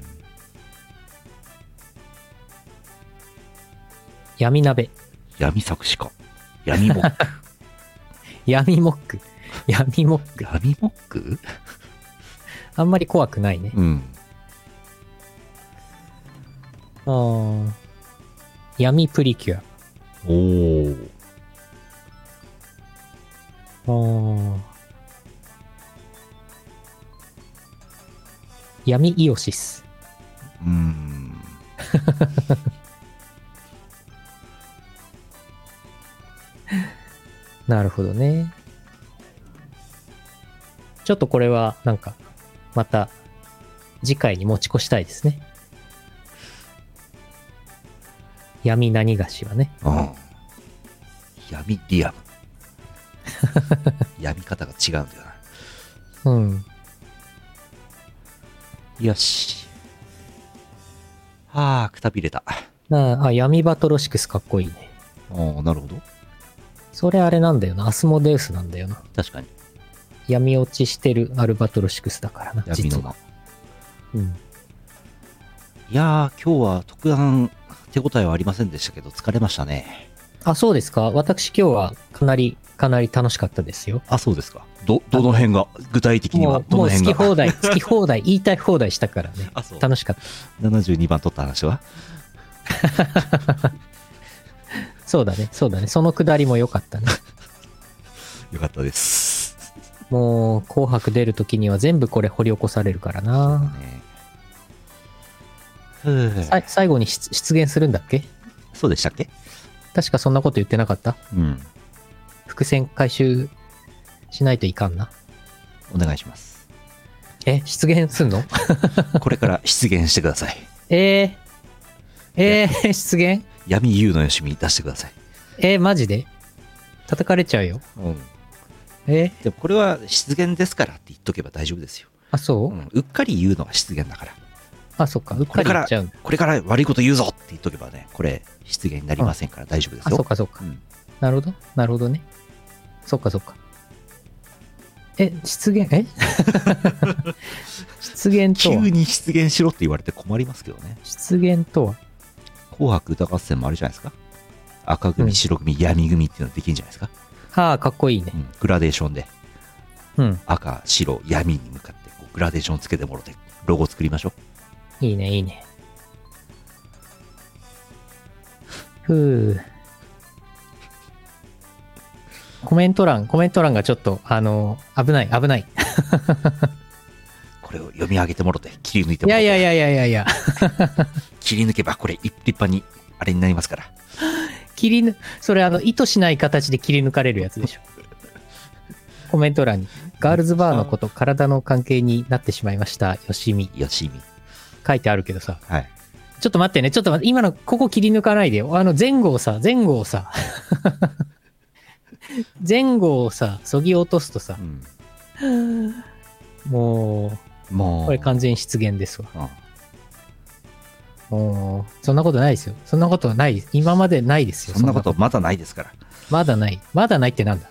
闇鍋。 闇作詞家。闇モック。 闇モック。闇モック。 闇モック？ あんまり怖くないね。 うん。 あー闇プリキュア。 おー。 あー闇イオシス。 うーん。 なるほどね。ちょっとこれはなんかまた次回に持ち越したいですね。闇何がしはね。 うん。闇リアム。闇方が違うんだよな。 うん。 よし。はあ、くたびれた。 ああ、闇バトロシクスかっこいいね。 ああ、なるほど。 それあれなんだよな。アスモデウスなんだよな。 確かに。 闇落ちしてるアルバトロシクスだからな。 闇の実は。うん。 いやー、今日は特段手応えはありませんでしたけど、疲れましたね。 あ、そうですか。私今日はかなり、かなり楽しかったですよ。 あ、そうですか。ど、どの辺が、具体的にはもう、もう好どの辺が。 き放題、好き放題、言いたい放題したからね。 あ、そう。 楽しかった。 ななじゅうにばん取った話はそうだね、そうだね。そのくだりも良かったね。 よかったです。 もう、紅白出るときには全部これ掘り起こされるからな。 ねふうさ最後に出出現するんだっけ？ そうでしたっけ？ 確かそんなこと言ってなかった？ うん。 伏線回収しないといかんな。 お願いします。 え、出現すんの？ これから出現してください。 えー、えー、出現？ 闇優のよしみ出してください。 えー、マジで叩かれちゃうよ。 うん。 えー、 でもこれは出現ですからって言っとけば大丈夫ですよ。 あ、そう？ うん。うっかり言うのが出現だから。 あ、そっか。うっこれからかり言っちゃう。 これから悪いこと言うぞって言っとけばね、これ出現になりませんから大丈夫ですあ、 よ。 そっかそっか。 うん。 なるほど。なるほどね。そっかそっか。え、出現、え出現とは急に出現しろって言われて困りますけどね。 出現とは紅白歌合戦もあるじゃないですか。赤組、 うん白組、闇組っていうのできるんじゃないですか。 ああ、かっこいいねう。ん。グラデーションでうん。 赤、白、闇に向かってこうグラデーションつけてもろてロゴ作りましょいいね、いいね。ふう。コメント欄、コメント欄がちょっと、あの、危ない、危ない。 う。これを読み上げてもろて切り抜いていもろて。 やいやいやいやいやいや。 切り抜けばこれ立派にあれになりますから。 切りぬ、それあの、意図しない形で切り抜かれるやつでしょ。コメント欄に、ガールズバーのこと体の関係になってしまいました。よしみ。 よしみ。 書いてあるけどさ。 はい。 ちょっと待ってね。ちょっと待って。今の、ここ切り抜かないでよ。あの、前後をさ、前後をさ、前後をさ、そぎ落とすとさう、ん。 ももう。 う、これ完全出現ですわ。 うん。 もう、そんなことないですよ。そんなことはない。今までないですよ。 そんなことまだないですから。 まだない。まだないってなんだ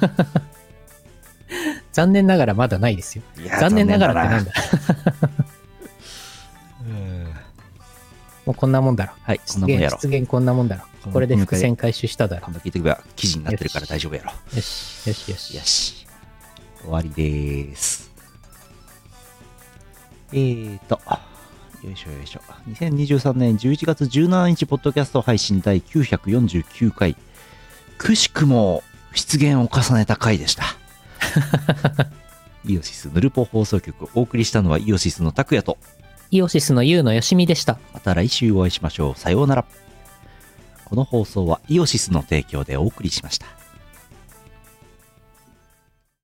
残念ながらまだないですよ。 いや残念ながらってなんだうんもうこんなもんだろ。 はい、こんなもんやろ。 出現こんなもんだろ。これで伏線回収しただろこ。んだけ言ってくれば記事になってるから大丈夫やろ。 よし、よしよし。 よし。終わりでーす。えーと、よいしょよいしょ。にせんにじゅうさんねんじゅういちがつじゅうしちにちポッドキャスト配信第きゅうひゃくよんじゅうきゅうかい。くしくも出現を重ねた回でした。イオシスヌルポ放送局をお送りしたのはイオシスの拓也と、 イオシスのユウのよしみでした。 また来週お会いしましょう。さようなら。この放送はイオシスの提供でお送りしました。